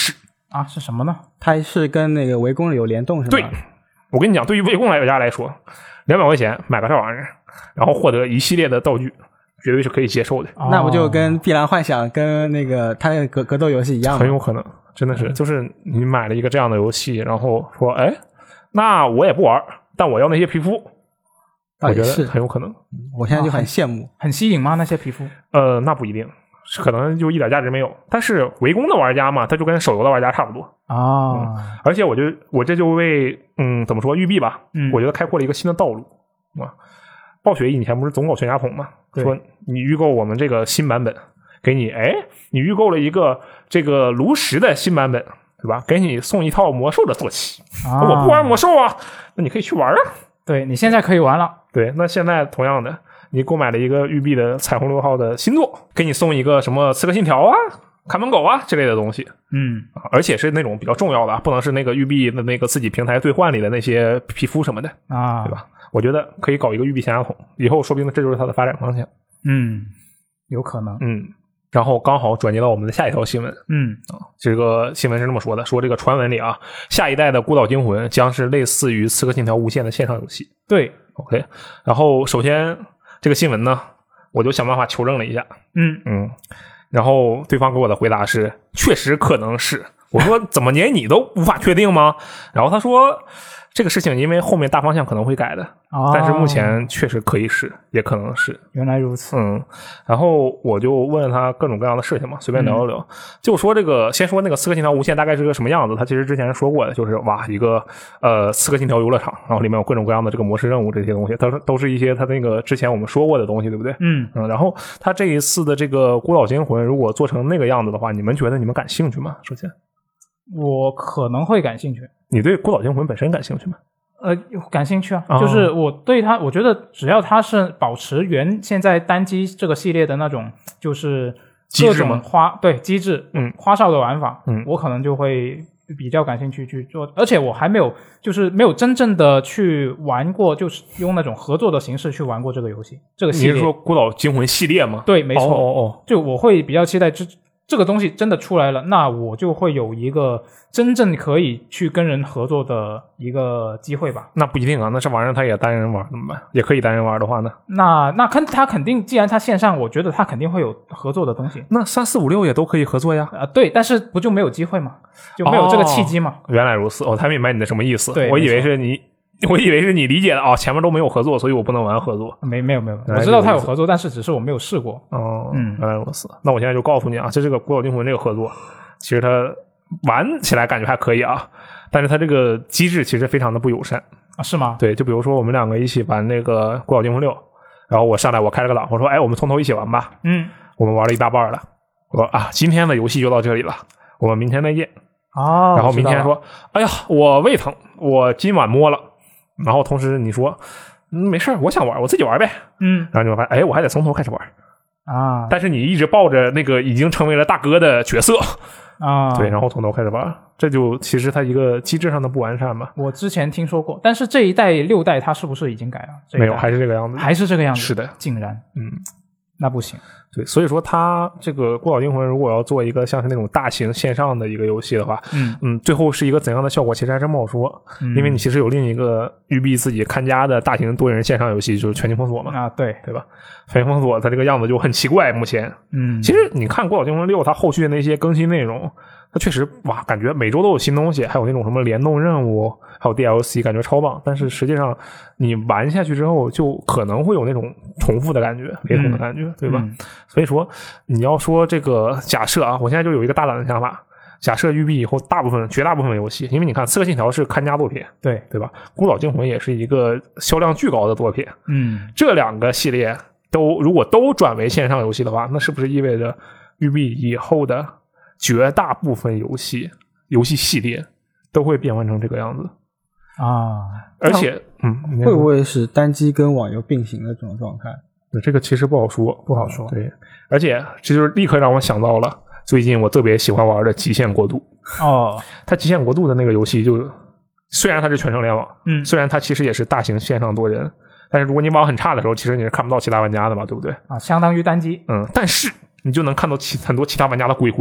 啊，是什么呢？ 它是跟那个围攻有联动是吗？ 对，我跟你讲，对于围攻玩家来说，200块钱买个这玩意儿，然后获得一系列的道具，绝对是可以接受的。 那不就跟碧蓝幻想跟那个它的格斗游戏一样吗？ 很有可能，真的是，就是你买了一个这样的游戏，然后说，哎，那我也不玩，但我要那些皮肤，我觉得很有可能。 我现在就很羡慕， 很吸引吗？那些皮肤？ 那不一定。可能就一点价值没有，但是围攻的玩家嘛，他就跟手游的玩家差不多啊。 而且我这就为怎么说育碧吧，我觉得开阔了一个新的道路啊。暴雪以前不是总搞全家桶嘛，说你预购我们这个新版本，给你你预购了一个这个炉石的新版本，对吧？给你送一套魔兽的坐骑啊。我不玩魔兽啊，那你可以去玩啊。 对，你现在可以玩了。 对，那现在同样的。你购买了一个育碧的彩虹6号的新作，给你送一个什么刺客信条啊、看门狗啊之类的东西，而且是那种比较重要的，不能是那个育碧的那个自己平台兑换里的那些皮肤什么的啊，对吧？我觉得可以搞一个育碧全家桶，以后说不定这就是它的发展方向。 有可能。 然后刚好转接到我们的下一条新闻。这个新闻是这么说的，说这个传闻里啊，下一代的孤岛惊魂将是类似于刺客信条无限的线上游戏。 对 ，OK。然后首先这个新闻呢，我就想办法求证了一下。然后对方给我的回答是，确实可能是。我说怎么连你都无法确定吗？然后他说这个事情因为后面大方向可能会改的，但是目前确实可以是，也可能是。 原来如此。 然后我就问他各种各样的事情嘛，随便聊一聊。就说这个，先说那个刺客信条无限大概是个什么样子，他其实之前说过的，就是哇一个刺客信条游乐场，然后里面有各种各样的这个模式任务这些东西，都是一些他那个之前我们说过的东西，对不对？然后他这一次的这个孤岛惊魂如果做成那个样子的话，你们觉得你们感兴趣吗？首先我可能会感兴趣。 你对孤岛惊魂本身感兴趣吗？ 感兴趣啊，就是我对它，我觉得只要它是保持原现在单机这个系列的那种，就是各种机制，花哨的玩法，我可能就会比较感兴趣去做。而且我还没有真正的去玩过，就是用那种合作的形式去玩过这个游戏，这个系列。 你是说孤岛惊魂系列吗？ 对，没错。就我会比较期待这个东西真的出来了，那我就会有一个真正可以去跟人合作的一个机会吧。 那不一定啊，那这玩意儿它也单人玩怎么办？也可以单人玩的话呢？ 那它肯定，既然它线上，我觉得它肯定会有合作的东西。 那3、4、5、6也都可以合作呀。 对，但是不就没有机会吗？就没有这个契机吗？ 原来如此，我才明白你的什么意思。 对， 我以为是你理解的啊，前面都没有合作，所以我不能玩合作。 没有，我知道它有合作，但是只是我没有试过。 原来如此。那我现在就告诉你啊，这个孤岛惊魂这个合作，其实它玩起来感觉还可以啊，但是它这个机制其实非常的不友善啊，是吗？ 对，就比如说我们两个一起玩那个孤岛惊魂6，然后我上来我开了个档，我说我们从头一起玩吧。我们玩了一大半了，我说今天的游戏就到这里了，我们明天再见。然后明天说，哎呀，我胃疼，我今晚摸了。然后同时你说没事，我想玩，我自己玩呗。然后你会发现，我还得从头开始玩啊。但是你一直抱着那个已经成为了大哥的角色啊，对，然后从头开始玩，这就其实它一个机制上的不完善吧。 我之前听说过，但是这一代6代它是不是已经改了？ 没有，还是这个样子。 还是这个样子。 是的， 竟然，那不行。 对，所以说它这个孤岛惊魂如果要做一个像是那种大型线上的一个游戏的话，最后是一一个怎样的效果其实还真不好说，因为你其实有另一个育碧自己看家的大型多人线上游戏就是全境封锁嘛， 啊对吧？全境封锁它这个样子就很奇怪，目前其实你看孤岛惊魂6它后续的那些更新内容，它确实哇感觉每周都有新东西，还有那种什么联动任务，还有 DLC 感觉超棒，但是实际上你玩下去之后就可能会有那种重复的感觉，雷同的感觉，对吧？所以说你要说这个假设啊，我现在就有一个大胆的想法，假设育碧以后绝大部分游戏，因为你看刺客信条是看家作品，对吧？孤岛惊魂也是一个销量巨高的作品，这两个系列如果都转为线上游戏的话，那是不是意味着育碧以后的绝大部分游戏系列都会变换成这个样子啊？ 而且会不会是单机跟网游并行的这种状态？ 这个其实不好说。对，而且这就是立刻让我想到了最近我特别喜欢玩的极限国度。它极限国度的那个游戏就虽然它是全程联网，虽然它其实也是大型线上多人，但是如果你网很差的时候，其实你是看不到其他玩家的嘛，对不对？ 相当于单机。 但是你就能看到很多其他玩家的鬼魂。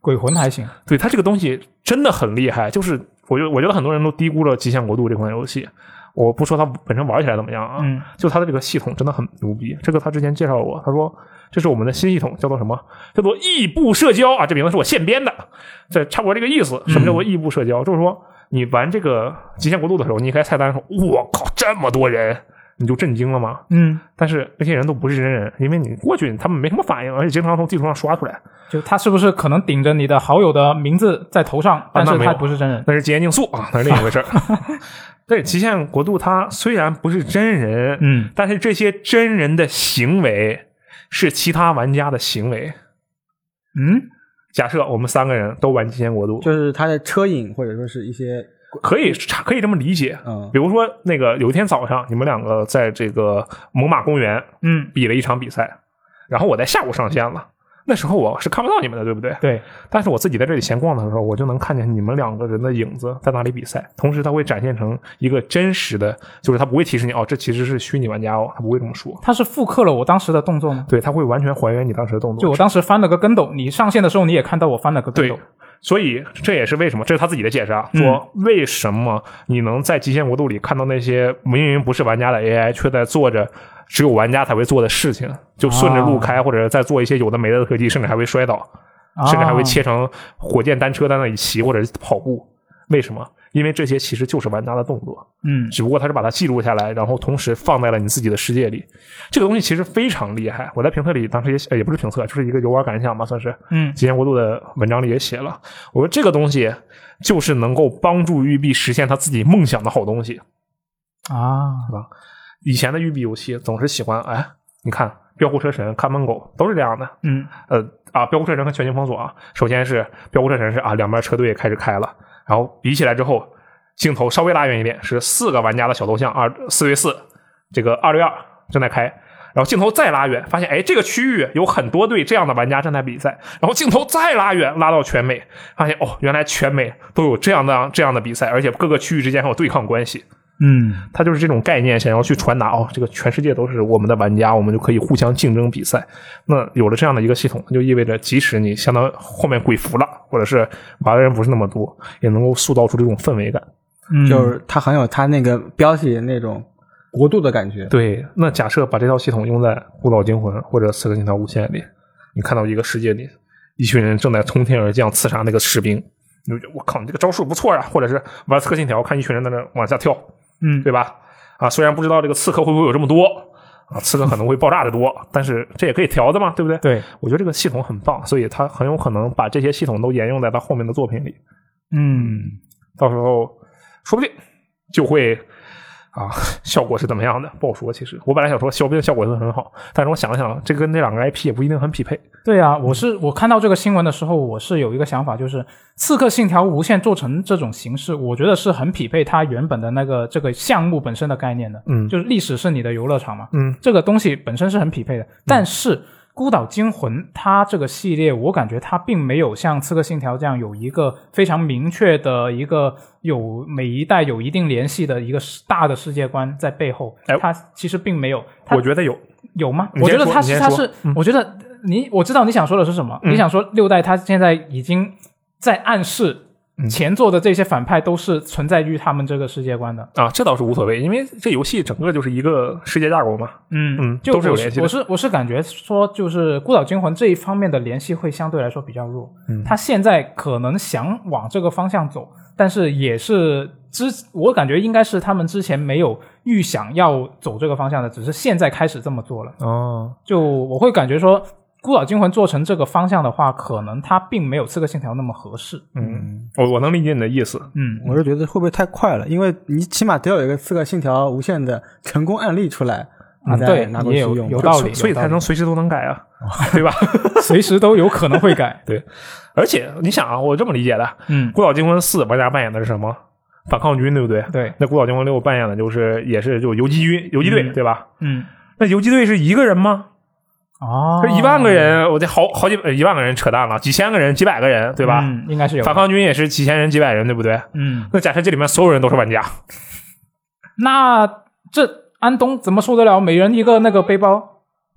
鬼魂还行， 对，它这个东西真的很厉害，就是我觉得很多人都低估了《极限国度》这款游戏。我不说它本身玩起来怎么样啊，就它的这个系统真的很牛逼。这个他之前介绍了我，他说这是我们的新系统，叫做什么？叫做异步社交啊，这名字是我现编的，这差不多这个意思。什么叫做异步社交？就是说你玩这个极限国度的时候，你一开菜单说，我靠，这么多人，你就震惊了吗？但是那些人都不是真人，因为你过去他们没什么反应，而且经常从地图上刷出来。 就他是不是可能顶着你的好友的名字在头上，但是他不是真人， 那是基因竞速啊，那是另一回事。对，极限国度它虽然不是真人，但是这些真人的行为是其他玩家的行为。假设我们3个人都玩极限国度， 就是他的车影或者说是一些可以这么理解。比如说那个有一天早上，你们2个在这个猛犸公园，比了一场比赛，然后我在下午上线了。那时候我是看不到你们的，对不对？ 对。 但是我自己在这里闲逛的时候，我就能看见你们2个人的影子在那里比赛。同时，它会展现成一个真实的，就是它不会提示你这其实是虚拟玩家它不会这么说。 它是复刻了我当时的动作吗？ 对，它会完全还原你当时的动作。 就我当时翻了个跟斗，你上线的时候你也看到我翻了个跟斗。 对。所以这也是为什么，这是他自己的解释啊，说为什么你能在极限国度里看到那些明明不是玩家的 AI 却在做着只有玩家才会做的事情，就顺着路开，或者在做一些有的没的特技，甚至还会摔倒，甚至还会切成火箭单车在那里骑或者是跑步。为什么？因为这些其实就是玩家的动作，只不过他是把它记录下来，然后同时放在了你自己的世界里。这个东西其实非常厉害，我在评测里当时也不是评测，就是一个游玩感想吧，算是极限国度的文章里也写了。我说这个东西就是能够帮助育碧实现他自己梦想的好东西啊，是吧？以前的育碧游戏总是喜欢你看飙酷车神、看门狗都是这样的，飙酷车神和全境封锁啊，首先是飙酷车神是两边车队开始开了。然后比起来之后，镜头稍微拉远一点，是4个玩家的小头像，4对4，这个2对2正在开。然后镜头再拉远，发现这个区域有很多队这样的玩家正在比赛。然后镜头再拉远，拉到全美，发现原来全美都有这样的比赛，而且各个区域之间还有对抗关系。它就是这种概念想要去传达这个全世界都是我们的玩家，我们就可以互相竞争比赛。那有了这样的一个系统，就意味着即使你相当后面鬼服了，或者是玩的人不是那么多，也能够塑造出这种氛围感。 就是它很有它那个标题的那种国度的感觉。对， 那假设把这套系统用在《孤岛惊魂》或者《刺客信条：无限》里，你看到一个世界里一群人正在从天而降刺杀那个士兵，你就觉得我靠，你这个招数不错啊。或者是玩《刺客信条》，看一群人在那往下跳，对吧？虽然不知道这个刺客会不会有这么多刺客可能会爆炸的多，但是这也可以调的嘛，对不对？ 对， 我觉得这个系统很棒，所以他很有可能把这些系统都沿用在他后面的作品里。到时候说不定就会效果是怎么样的不好说。其实我本来想说肖兵效果会很好，但是我想了想，这跟那2个 IP 也不一定很匹配。 对啊，我看到这个新闻的时候，我是有一个想法，就是刺客信条无限做成这种形式，我觉得是很匹配它原本的这个项目本身的概念的。就是历史是你的游乐场嘛，这个东西本身是很匹配的。但是孤岛惊魂它这个系列，我感觉它并没有像刺客信条这样有一个非常明确的一个有每一代有一定联系的一个大的世界观在背后。它其实并没有。 我觉得有吗？我觉得它是我觉得我知道你想说的是什么。你想说6代它现在已经在暗示前作的这些反派都是存在于他们这个世界观的这倒是无所谓，因为这游戏整个就是一个世界架构嘛。都是有联系的。 我是感觉说，就是孤岛惊魂这一方面的联系会相对来说比较弱。他现在可能想往这个方向走，但是也是我感觉应该是他们之前没有预想要走这个方向的，只是现在开始这么做了。就我会感觉说，孤岛惊魂做成这个方向的话，可能它并没有刺客信条那么合适。 我能理解你的意思。 我是觉得会不会太快了？因为你起码得有一个刺客信条无限的成功案例出来， 对， 拿过去用， 有道理， 所以才能随时都能改对吧？ 随时都有可能会改。 对，而且你想我这么理解的，孤岛惊魂4玩家扮演的是什么？反抗军，对不对？ 对。那孤岛惊魂6扮演的也是游击队，对吧？那游击队是一个人吗？这1万个人，我这好几1万个人扯淡了，几千个人、几百个人，对吧？ 应该是有。 反抗军也是几千人、几百人，对不对？那假设这里面所有人都是玩家， 那这安东怎么受得了每人一个那个背包？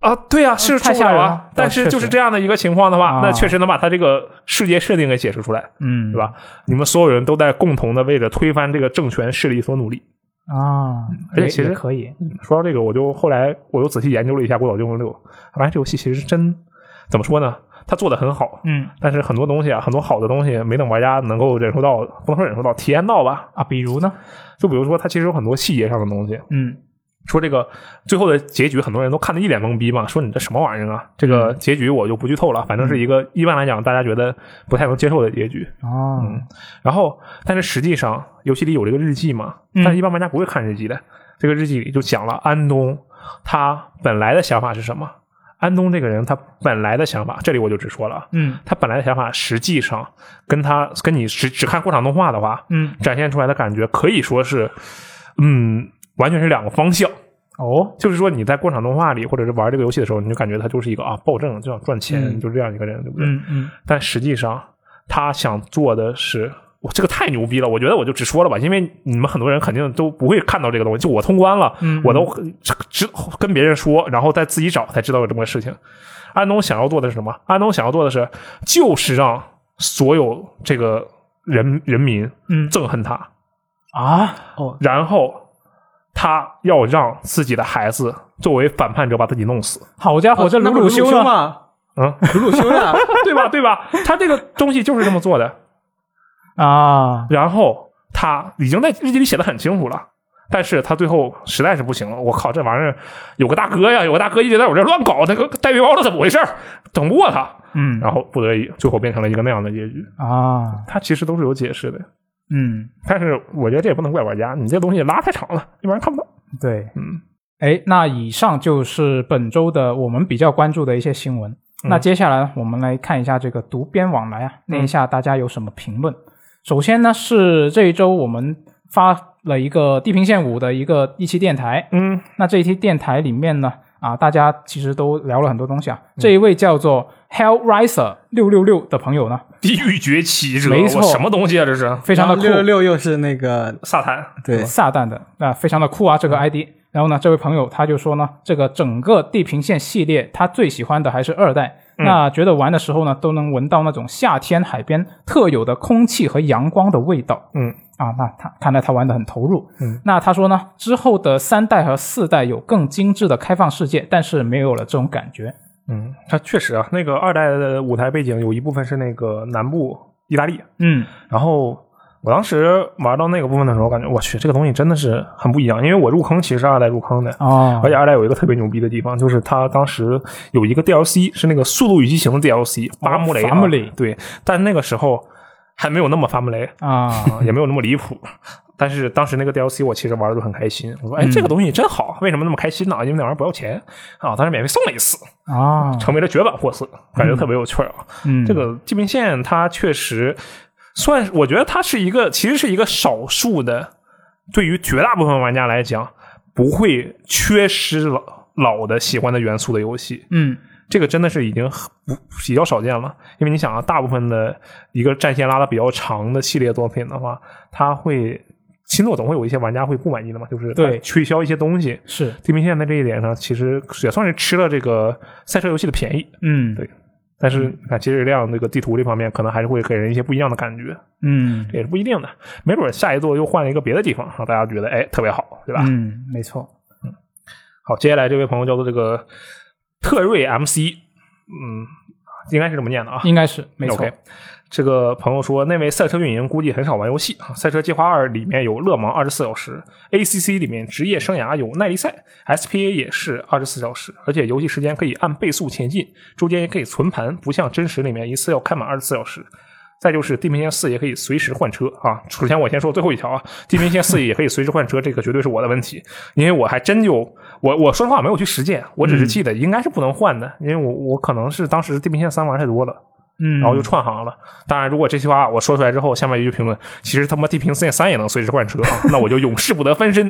啊，对啊，是太吓人了。 但是就是这样的一个情况的话，那确实能把他这个世界设定给解释出来，对吧？你们所有人都在共同的为着推翻这个政权势力所努力啊。 而且其实可以说到这个，后来我又仔细研究了一下《孤岛惊魂6》，发现这游戏其实真怎么说呢？它做的很好，但是很多东西啊，很多好的东西没等玩家能够忍受到，不能说忍受到，体验到吧？ 啊，比如呢？ 就比如说它其实有很多细节上的东西，说这个最后的结局，很多人都看得一脸懵逼嘛，说你这什么玩意儿啊？这个结局我就不剧透了，反正是一个一般来讲大家觉得不太能接受的结局然后，但是实际上游戏里有这个日记嘛，但是一般玩家不会看日记的。这个日记里就讲了安东他本来的想法是什么。安东这个人他本来的想法，这里我就直说了，他本来的想法实际上跟你只看过场动画的话，展现出来的感觉可以说是，完全是两个方向就是说你在过场动画里或者是玩这个游戏的时候，你就感觉他就是一个暴政就想赚钱，就是这样一个人，对不对？但实际上他想做的是，我这个太牛逼了，我觉得我就直说了吧，因为你们很多人肯定都不会看到这个东西，就我通关了，我都跟别人说，然后再自己找才知道有这么个事情。安东想要做的是什么？安东想要做的是，就是让所有这个人民憎恨他然后他要让自己的孩子作为反叛者把自己弄死。 好家伙，这鲁鲁修嘛，鲁鲁修呀， 对吧？他这个东西就是这么做的然后他已经在日记里写的很清楚了，但是他最后实在是不行了，我靠，这玩意儿有个大哥一直在我这乱搞，那个带背包的怎么回事？整不过他，然后不得已最后变成了一个那样的结局他其实都是有解释的。但是我觉得这也不能怪玩家，你这东西拉太长了，一般人看不到。 对，那以上就是本周的我们比较关注的一些新闻。那接下来我们来看一下这个读编往来念一下大家有什么评论。首先呢是这一周我们发了一个地平线5的一期电台。那这一期电台里面呢大家其实都聊了很多东西这一位叫做 Hellraiser 666的朋友呢， 地狱崛起者， 没错， 什么东西啊？这是非常的酷。 666又是那个撒旦， 对， 撒旦的，非常的酷这个 ID。然后呢，这位朋友他就说呢，这个整个地平线系列他最喜欢的还是2代。那觉得玩的时候呢，都能闻到那种夏天海边特有的空气和阳光的味道。那看来他玩得很投入。那他说呢，之后的3代和4代有更精致的开放世界，但是没有了这种感觉。 他确实那个2代的舞台背景有一部分是那个南部意大利。然后我当时玩到那个部分的时候，感觉我去，这个东西真的是很不一样。因为我入坑其实是2代入坑的而且2代有一个特别牛逼的地方，就是他当时有一个 DLC 是那个速度与激情的 DLC 伐木雷对，但那个时候还没有那么伐木雷也没有那么离谱。但是当时那个 DLC 我其实玩的就很开心，我说这个东西真好，为什么那么开心呢？因为那玩意儿不要钱当时免费送了一次成为了绝版货色，感觉特别有趣这个地平线它确实算，我觉得它是其实是一个少数的，对于绝大部分玩家来讲不会缺失老的喜欢的元素的游戏。这个真的是已经比较少见了。因为你想大部分的一个战线拉的比较长的系列作品的话，它会新作总会有一些玩家会不满意的嘛，就是对推销一些东西。 是地平线在这一点上其实也算是吃了这个赛车游戏的便宜。对，但是看其实这样这个地图这方面可能还是会给人一些不一样的感觉。这也是不一定的，没准下一座又换了一个别的地方让大家觉得特别好，对吧？ 没错。 好，接下来这位朋友叫做这个特瑞 MC， 应该是这么念的应该是没错。 Okay，这个朋友说，那位赛车运营估计很少玩游戏赛车计划2里面有勒芒24小时 ，ACC 里面职业生涯有耐力赛 ，SPA 也是24小时，而且游戏时间可以按倍速前进，中间也可以存盘，不像真实里面一次要开满24小时。再就是地平线4也可以随时换车首先我先说最后一条地平线4也可以随时换车，这个绝对是我的问题，因为我还真我说实话没有去实践，我只是记得应该是不能换的，因为我可能是当时地平线3玩太多了。然后就串行了。当然如果这句话我说出来之后下面一句评论，其实他妈地平线3也能随时换车那我就永世不得翻身。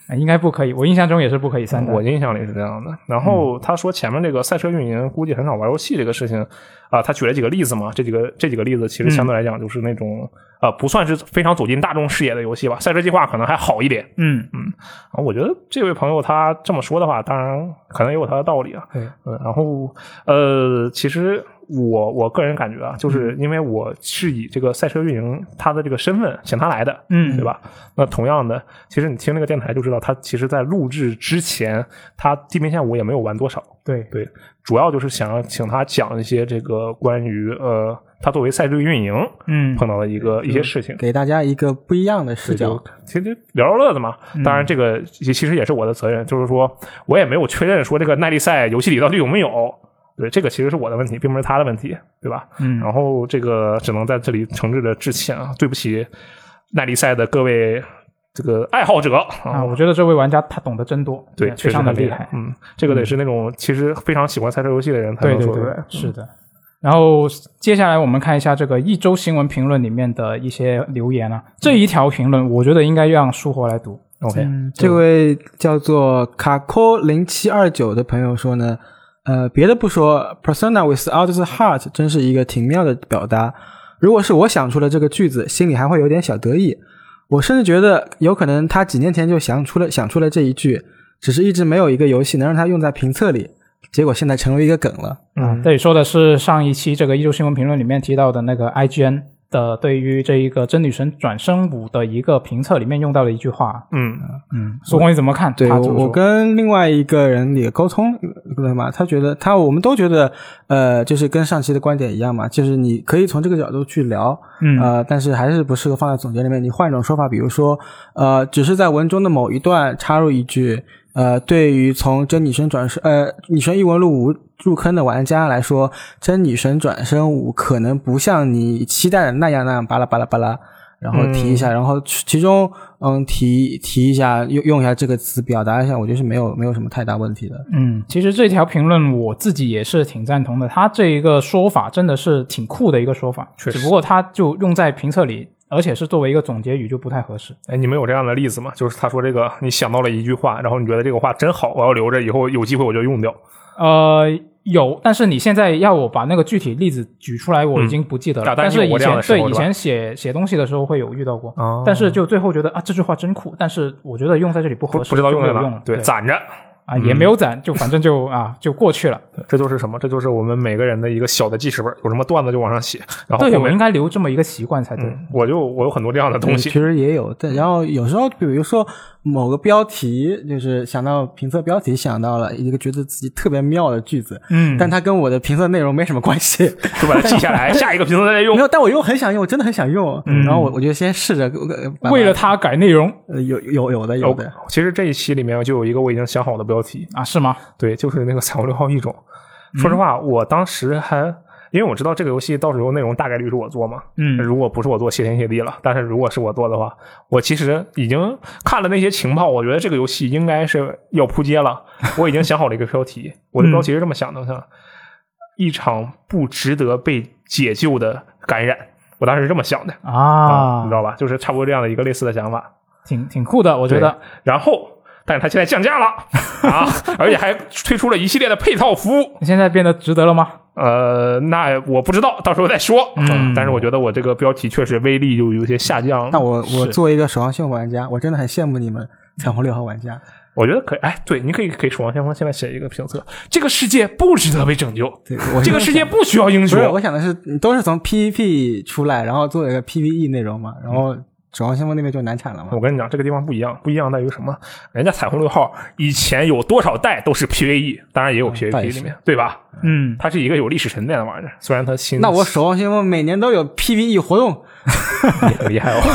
应该不可以，我印象中也是不可以3代。 我印象里是这样的。然后他说前面这个赛车运营估计很少玩游戏这个事情他举了几个例子嘛，这几个例子其实相对来讲就是那种不算是非常走进大众视野的游戏吧。赛车计划可能还好一点。我觉得这位朋友他这么说的话，当然可能也有他的道理啊。然后其实我个人感觉啊，就是因为我是以这个赛车运营他的这个身份请他来的，对吧？那同样的，其实你听那个电台就知道，他其实在录制之前，他地平线5也没有玩多少。对，主要就是想要请他讲一些这个关于他作为赛车运营碰到的一些事情， 给大家一个不一样的视角。 其实聊聊乐子嘛，当然这个其实也是我的责任，就是说我也没有确认说这个耐力赛游戏里到底有没有。对，这个其实是我的问题，并不是他的问题，对吧？然后这个只能在这里诚挚的致歉啊，对不起耐力赛的各位这个爱好者啊。我觉得这位玩家他懂得真多， 对， 非常的厉害。 这个得是那种其实非常喜欢赛车游戏的人才能说出来。 对，是的。然后接下来我们看一下这个一周新闻评论里面的一些留言啊。这一条评论我觉得应该让舒活来读。 OK， 这位叫做卡扣0729的朋友说呢，别的不说 Persona without the heart 真是一个挺妙的表达。如果是我想出了这个句子，心里还会有点小得意。我甚至觉得有可能他几年前就想出了这一句，只是一直没有一个游戏能让他用在评测里，结果现在成为一个梗了。 这里说的是上一期这个一周新闻评论里面提到的那个 IGN 的对于这一个真女神转生5的一个评测里面用到的一句话。苏红你怎么看？ 对，我跟另外一个人也沟通了嘛，他觉得我们都觉得就是跟上期的观点一样嘛，就是你可以从这个角度去聊，但是还是不适合放在总结里面。你换一种说法，比如说只是在文中的某一段插入一句，对于从真女神女神异闻录5入坑的玩家来说，真女神转生5可能不像你期待的那样巴拉巴拉巴拉，然后提一下，然后其中提一下，用一下这个词表达一下，我觉得是没有什么太大问题的。 其实这条评论我自己也是挺赞同的，他这一个说法真的是挺酷的一个说法，只不过他就用在评测里，而且是作为一个总结语就不太合适。 你们有这样的例子吗？就是他说这个你想到了一句话，然后你觉得这个话真好，我要留着，以后有机会我就用掉。 有，但是你现在要我把那个具体例子举出来，我已经不记得了。但是以前写东西的时候会有遇到过，但是就最后觉得这句话真酷，但是我觉得用在这里不合适， 不知道用在哪， 对， 攒着。 也没有攒，就反正就过去了。 这就是什么？这就是我们每个人的一个小的记事本，有什么段子就往上写。然后对，我应该留这么一个习惯才对。 我有很多这样的东西。 其实也有，然后有时候比如说某个标题，就是想到评测标题，想到了一个觉得自己特别妙的句子，但它跟我的评测内容没什么关系， 就把它记下来，下一个评测再用。 没有，但我又很想用，我真的很想用。然后我就先试着为了它改内容。 有的。 其实这一期里面就有一个我已经想好的标题啊，是吗？ 对，就是那个彩虹6号异种。说实话，我当时因为我知道这个游戏到时候内容大概率是我做嘛，如果不是我做，谢天谢地了。但是如果是我做的话，我其实已经看了那些情报，我觉得这个游戏应该是要扑街了。我已经想好了一个标题，我的标题是这么想的：一场不值得被解救的感染。我当时是这么想的你知道吧？就是差不多这样的一个类似的想法， 挺酷的，我觉得。 然后。但是它现在降价了而且还推出了一系列的配套服务。 你现在变得值得了吗？ 那我不知道，到时候再说。但是我觉得我这个标题确实威力就有些下降。 那我作为一个守望先锋玩家，我真的很羡慕你们彩虹6号玩家。 我觉得可以，对，你可以给守望先锋现在写一个评测：这个世界不值得被拯救，这个世界不需要英雄。 我想的是，都是从 PVP 出来，然后做一个 PVE 内容嘛，然后。守望先锋那边就难产了嘛。 我跟你讲，这个地方不一样在于什么？人家彩虹6号以前有多少代都是 PVE， 当然也有 PVP 里面，对吧？它是一个有历史沉淀的玩意儿。虽然它新， 那我守望先锋每年都有 PVE 活动， 你很厉害哦。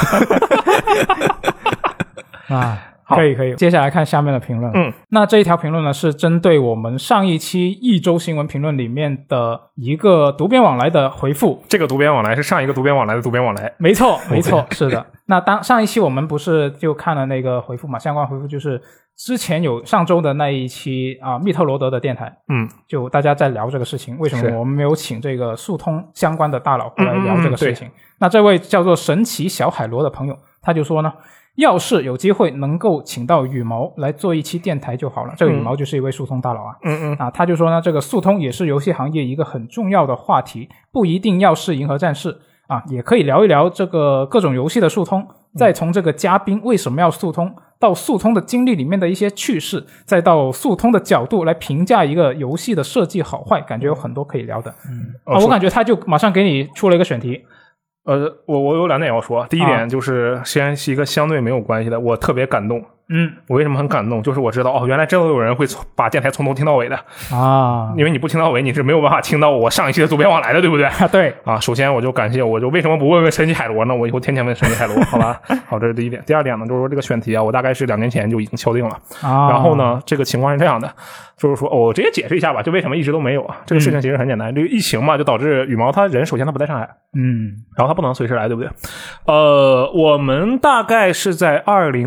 可以。接下来看下面的评论。那这一条评论呢，是针对我们上一期一周新闻评论里面的一个读编往来的回复。 这个读编往来是上一个读编往来的读编往来。 没错，是的。那上一期我们不是就看了那个回复嘛？相关回复就是之前有上周的那一期密特罗德的电台，就大家在聊这个事情，为什么我们没有请这个速通相关的大佬过来聊这个事情？那这位叫做神奇小海螺的朋友，他就说呢。 要是有机会能够请到羽毛来做一期电台就好了。这个羽毛就是一位速通大佬啊。他就说呢，这个速通也是游戏行业一个很重要的话题，不一定要是银河战士啊，也可以聊一聊这个各种游戏的速通，再从这个嘉宾为什么要速通，到速通的经历里面的一些趣事，再到速通的角度来评价一个游戏的设计好坏，感觉有很多可以聊的。我感觉他就马上给你出了一个选题。 我有2点要说。第一点就是先是一个相对没有关系的，我特别感动。我为什么很感动？就是我知道原来真的有人会把电台从头听到尾的啊！因为你不听到尾，你是没有办法听到我上一期的左边往来的，对不对？ 对啊。 首先我就感谢，我就为什么不问问神奇海螺呢？我以后天天问神奇海螺，好吧？好，这是第一点。第二点呢，就是说这个选题我大概是2年前就已经敲定了啊。然后呢，这个情况是这样的，就是说我直接解释一下吧，就为什么一直都没有这个事情其实很简单，这个疫情嘛，就导致羽毛他人首先他不在上海，然后他不能随时来，对不对？我们大概是在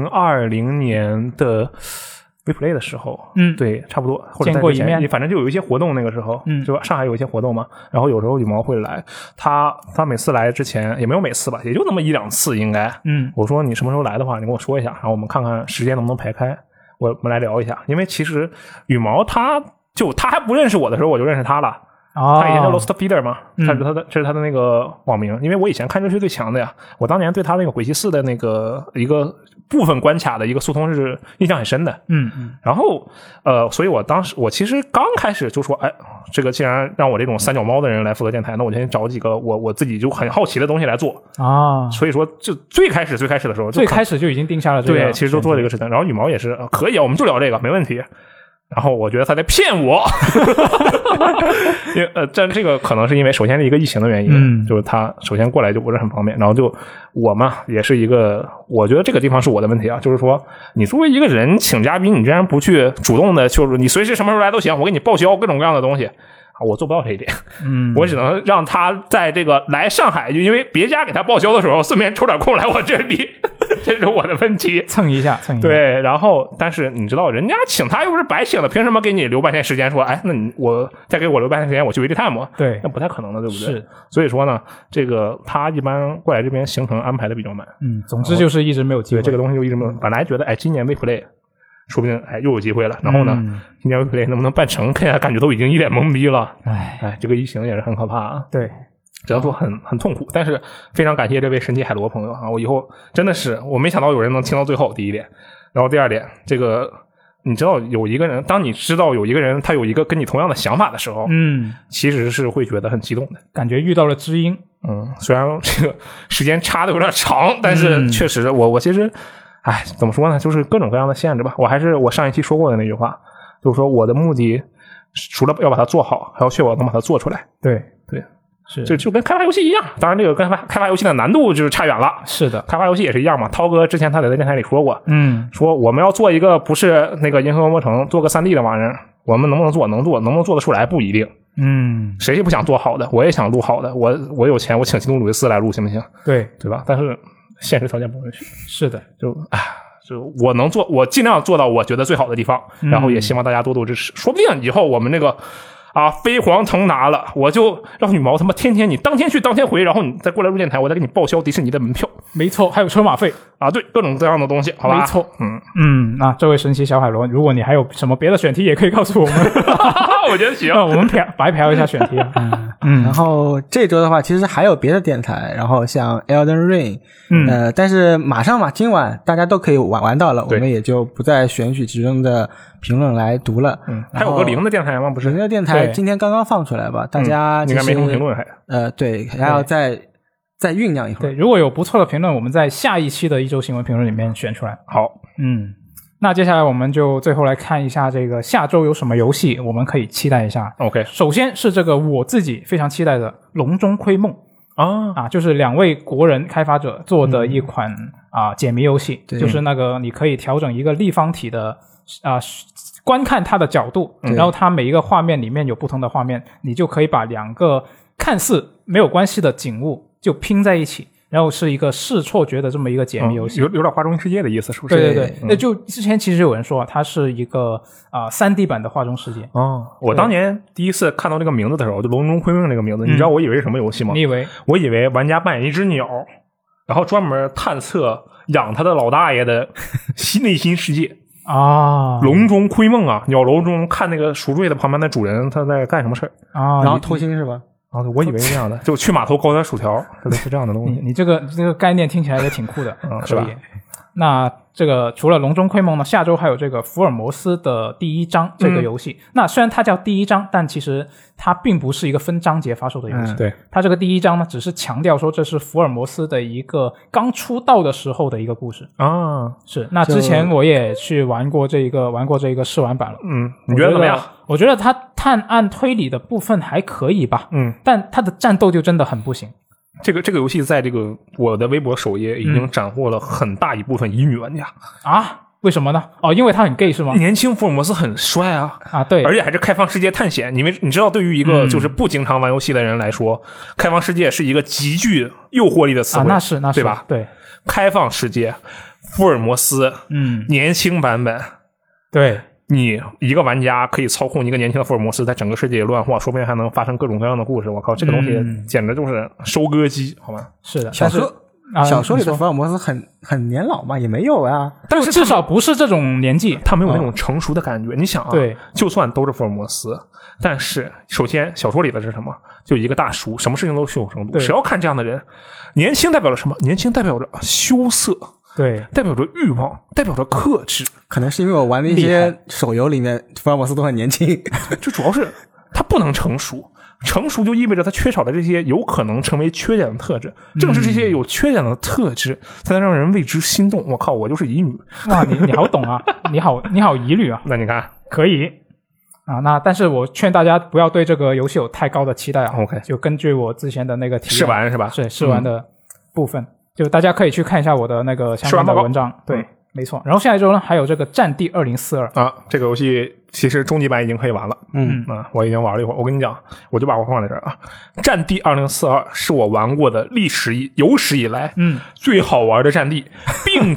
2020年的WePlay 的时候，对，差不多，或者见过一面， 反正就有一些活动，那个时候，就上海有一些活动嘛，然后有时候羽毛会来，他每次来之前也没有每次吧，也就那么1-2次应该，我说你什么时候来的话，你跟我说一下，然后我们看看时间能不能排开，我们来聊一下，因为其实羽毛他还不认识我的时候，我就认识他了。他以前叫 Lost Feeder 嘛，这是他的那个网名，因为我以前看这是最强的呀，我当年对他那个鬼泣4的那个一个部分关卡的一个速通是印象很深的，然后所以我其实刚开始就说，这个既然让我这种三脚猫的人来负责电台，那我先找几个我自己就很好奇的东西来做啊，所以说就最开始的时候， 最开始就已经定下了这个， 对，其实都做这个事情，然后羽毛也是可以啊，我们就聊这个没问题。然后我觉得他在骗我，因为这个可能是因为首先是一个疫情的原因，就是他首先过来就不是很方便，然后就我嘛也是一个，我觉得这个地方是我的问题啊，就是说你作为一个人请嘉宾，你居然不去主动的，就是你随时什么时候来都行，我给你报销各种各样的东西。我做不到这一点，我只能让他在这个来上海，就因为别家给他报销的时候，顺便抽点空来我这里，这是我的问题， 蹭一下。 对，然后但是你知道，人家请他又不是白请的，凭什么给你留半天时间？说，那我再给我留半天时间，我去 WeTime？对，那不太可能的，对不对？是，所以说呢，这个他一般过来这边行程安排的比较满。 总之就是一直没有机会， 这个东西就一直没有。本来觉得，今年 WePlay。说不定又有机会了，然后呢，今年 WePlay 能不能办成？看下感觉都已经一脸懵逼了。这个疫情也是很可怕啊。 对， 只能说很痛苦，但是非常感谢这位神奇海螺朋友啊！我以后真的是我没想到有人能听到最后，第一点。然后第二点，这个你知道有一个人，当你知道有一个人他有一个跟你同样的想法的时候，其实是会觉得很激动的， 感觉遇到了知音。 虽然这个时间差的有点长，但是确实我其实。怎么说呢？就是各种各样的限制吧。我还是我上一期说过的那句话，就是说我的目的除了要把它做好，还要确保能把它做出来。 对，是就跟开发游戏一样。当然，这个跟开发游戏的难度就是差远了。 是的， 开发游戏也是一样嘛。涛哥之前他在电台里说过，说我们要做一个不是那个银河恶魔城，做个3D 的玩意儿，我们能不能做？能做，能不能做得出来不一定。谁也不想做好的，我也想录好的。我有钱，我请基努·鲁伊斯来录行不行？对吧？但是。现实条件不允许， 是的， 就我能做，我尽量做到我觉得最好的地方，然后也希望大家多多支持。说不定以后我们这个飞黄腾达了，我就让羽毛他妈天天你当天去当天回，然后你再过来录电台，我再给你报销迪士尼的门票。 没错，还有车马费对，各种各样的东西，好吧？ 没错，那这位神奇小海螺，如果你还有什么别的选题，也可以告诉我们。 我觉得行， 我们白嫖一下选题。 然后这周的话，其实还有别的电台，然后像 Elden Ring，但是马上嘛，今晚大家都可以玩到了，我们也就不再选取其中的评论来读了。 还有个0的电台吗？不是， 0的电台今天刚刚放出来吧？大家应该没什么评论还。 对，还要再酝酿一会儿。 对，如果有不错的评论，我们在下一期的一周新闻评论里面选出来。 好， 那接下来我们就最后来看一下这个下周有什么游戏我们可以期待一下。 OK， 首先是这个我自己非常期待的《笼中窥梦》就是2位国人开发者做的一款解谜游戏，就是那个你可以调整一个立方体的观看它的角度，然后它每一个画面里面有不同的画面，你就可以把2个看似没有关系的景物就拼在一起，然后是一个视错觉的这么一个解谜游戏， 有点画中世界的意思，是不是？ 对，那就之前其实有人说它是一个3D 版的画中世界。 我当年第一次看到这个名字的时候，就笼中窥梦这个名字，你知道我以为是什么游戏吗？ 你以为？ 我以为玩家扮演一只鸟， 然后专门探测养他的老大爷的内心世界啊， 笼中窥梦啊，鸟笼中看那个熟睡的旁边的主人他在干什么事啊， 然后偷心是吧？ 啊，我以为是这样的，就去码头搞点薯条，类似这样的东西。 你这个概念听起来也挺酷的， 是吧？ 那这个除了笼中窥梦呢，下周还有这个福尔摩斯的第一章这个游戏。那虽然它叫第一章，但其实它并不是一个分章节发售的游戏。 对， 它这个第一章呢，只是强调说这是福尔摩斯的一个刚出道的时候的一个故事啊。 是，那之前我也去玩过这个试玩版了。 你觉得怎么样？ 我觉得它探案推理的部分还可以吧。但它的战斗就真的很不行。 这个游戏在这个我的微博首页已经斩获了很大一部分乙女玩家啊？为什么呢？哦，因为他很 gay 是吗？ 年轻福尔摩斯很帅啊！ 对， 而且还是开放世界探险。你知道，对于一个就是不经常玩游戏的人来说，开放世界是一个极具诱惑力的词汇那是对吧？ 对， 开放世界，福尔摩斯，年轻版本， 对。 你一个玩家可以操控一个年轻的福尔摩斯在整个世界里乱晃，说不定还能发生各种各样的故事。我靠，这个东西简直就是收割机，好吗？ 是的， 小说里的福尔摩斯很年老嘛，也没有啊， 但是至少不是这种年纪， 他没有那种成熟的感觉。你想啊， 对， 就算都是福尔摩斯，但是首先小说里的是什么？就一个大叔，什么事情都胸有成竹。谁要看这样的人？年轻代表了什么？年轻代表着羞涩。 对， 代表着欲望，代表着克制。 可能是因为我玩的一些手游里面，福尔摩斯都很年轻。 就主要是他不能成熟，成熟就意味着他缺少的这些有可能成为缺点的特质。正是这些有缺点的特质，才能让人为之心动。我靠，我就是乙女。 哇，你好懂啊，你好疑虑啊。 那你看， 可以啊。那但是我劝大家不要对这个游戏有太高的期待啊。 OK， 就根据我之前的那个体验试玩是吧？ 是试玩的部分。就大家可以去看一下我的那个相关的文章，对，没错。然后下一周呢，还有这个《战地2042》 啊，这个游戏其实终极版已经可以玩了，我已经玩了一会儿。我跟你讲，我就把我放在这儿啊，《战地2042》是我玩过的有史以来最好玩的战地，并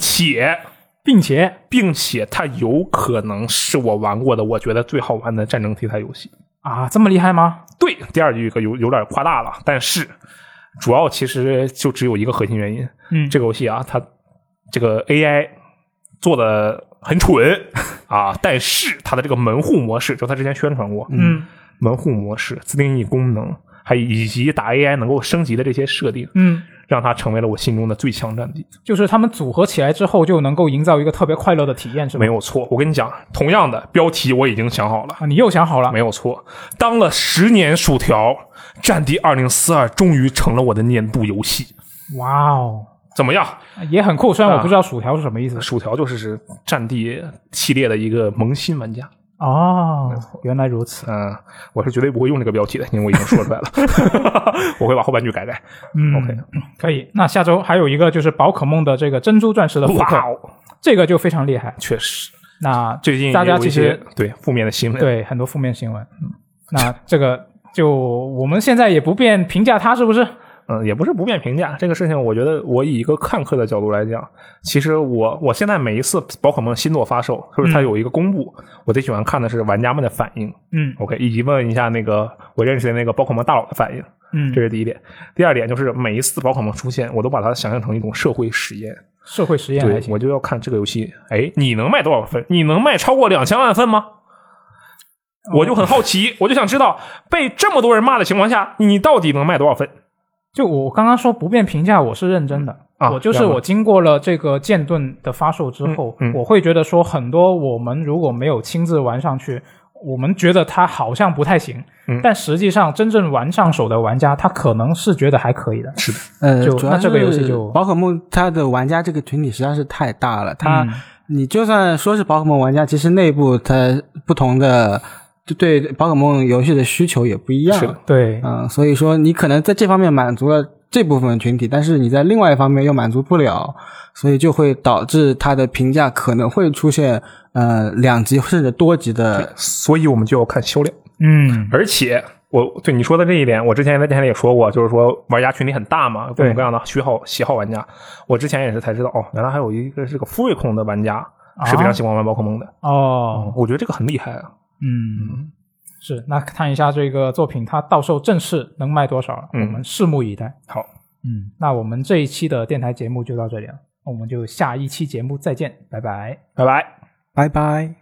且它有可能是我玩过的我觉得最好玩的战争题材游戏啊，这么厉害吗？ 对，第二句有点夸大了，但是。主要其实就只有一个核心原因，这个游戏啊，它这个 AI 做的很蠢啊，但是它的这个门户模式，就它之前宣传过，门户模式、自定义功能，还以及打 AI 能够升级的这些设定，让它成为了我心中的最强战地。 就是他们组合起来之后，就能够营造一个特别快乐的体验，是吧？ 没有错，我跟你讲，同样的标题我已经想好了啊，你又想好了？ 没有错，当了10年薯条。战地2042终于成了我的年度游戏， 哇哦， 怎么样？ 也很酷，虽然我不知道薯条是什么意思。 薯条就是战地系列的一个萌新玩家。 哦，原来如此。 我是绝对不会用这个标题的，因为我已经说出来了。我会把后半句改。OK， 可以。那下周还有一个就是宝可梦的这个珍珠钻石的复刻，这个就非常厉害， 确实。 那最近大家其实对负面的新闻， 对很多负面新闻。那这个。就我们现在也不便评价它是不是？ 也不是不便评价这个事情。我觉得我以一个看客的角度来讲，其实我现在每一次宝可梦新作发售，就是它有一个公布，我最喜欢看的是玩家们的反应。OK， 以及问一下那个我认识的那个宝可梦大佬的反应。这是第一点。第二点就是每一次宝可梦出现，我都把它想象成一种社会实验。 社会实验还行， 对，我就要看这个游戏，你能卖多少分？你能卖超过2000万分吗？我就很好奇，我就想知道被这么多人骂的情况下，你到底能卖多少分？ 就我刚刚说不便评价，我是认真的。我就是我经过了这个剑盾的发售之后，我会觉得说很多我们如果没有亲自玩上去，我们觉得它好像不太行，但实际上真正玩上手的玩家，他可能是觉得还可以的。 是的， 主要那这个游戏就宝可梦它的玩家这个群体实在是太大了，你就算说是宝可梦玩家，其实内部它不同的。就对宝可梦游戏的需求也不一样， 是的， 对， 所以说你可能在这方面满足了这部分群体，但是你在另外一方面又满足不了，所以就会导致它的评价可能会出现2级甚至多级的， 所以我们就要看销量。而且我对你说的这一点，我之前在电台里也说过，就是说玩家群体很大嘛，各种各样的喜好玩家。我之前也是才知道，原来还有一个是个富瑞控的玩家是非常喜欢玩宝可梦的。我觉得这个很厉害啊。 是，那看一下这个作品它到时候正式能卖多少了，我们拭目以待。 好， 那我们这一期的电台节目就到这里了，我们就下一期节目再见，拜拜， 拜拜， 拜拜。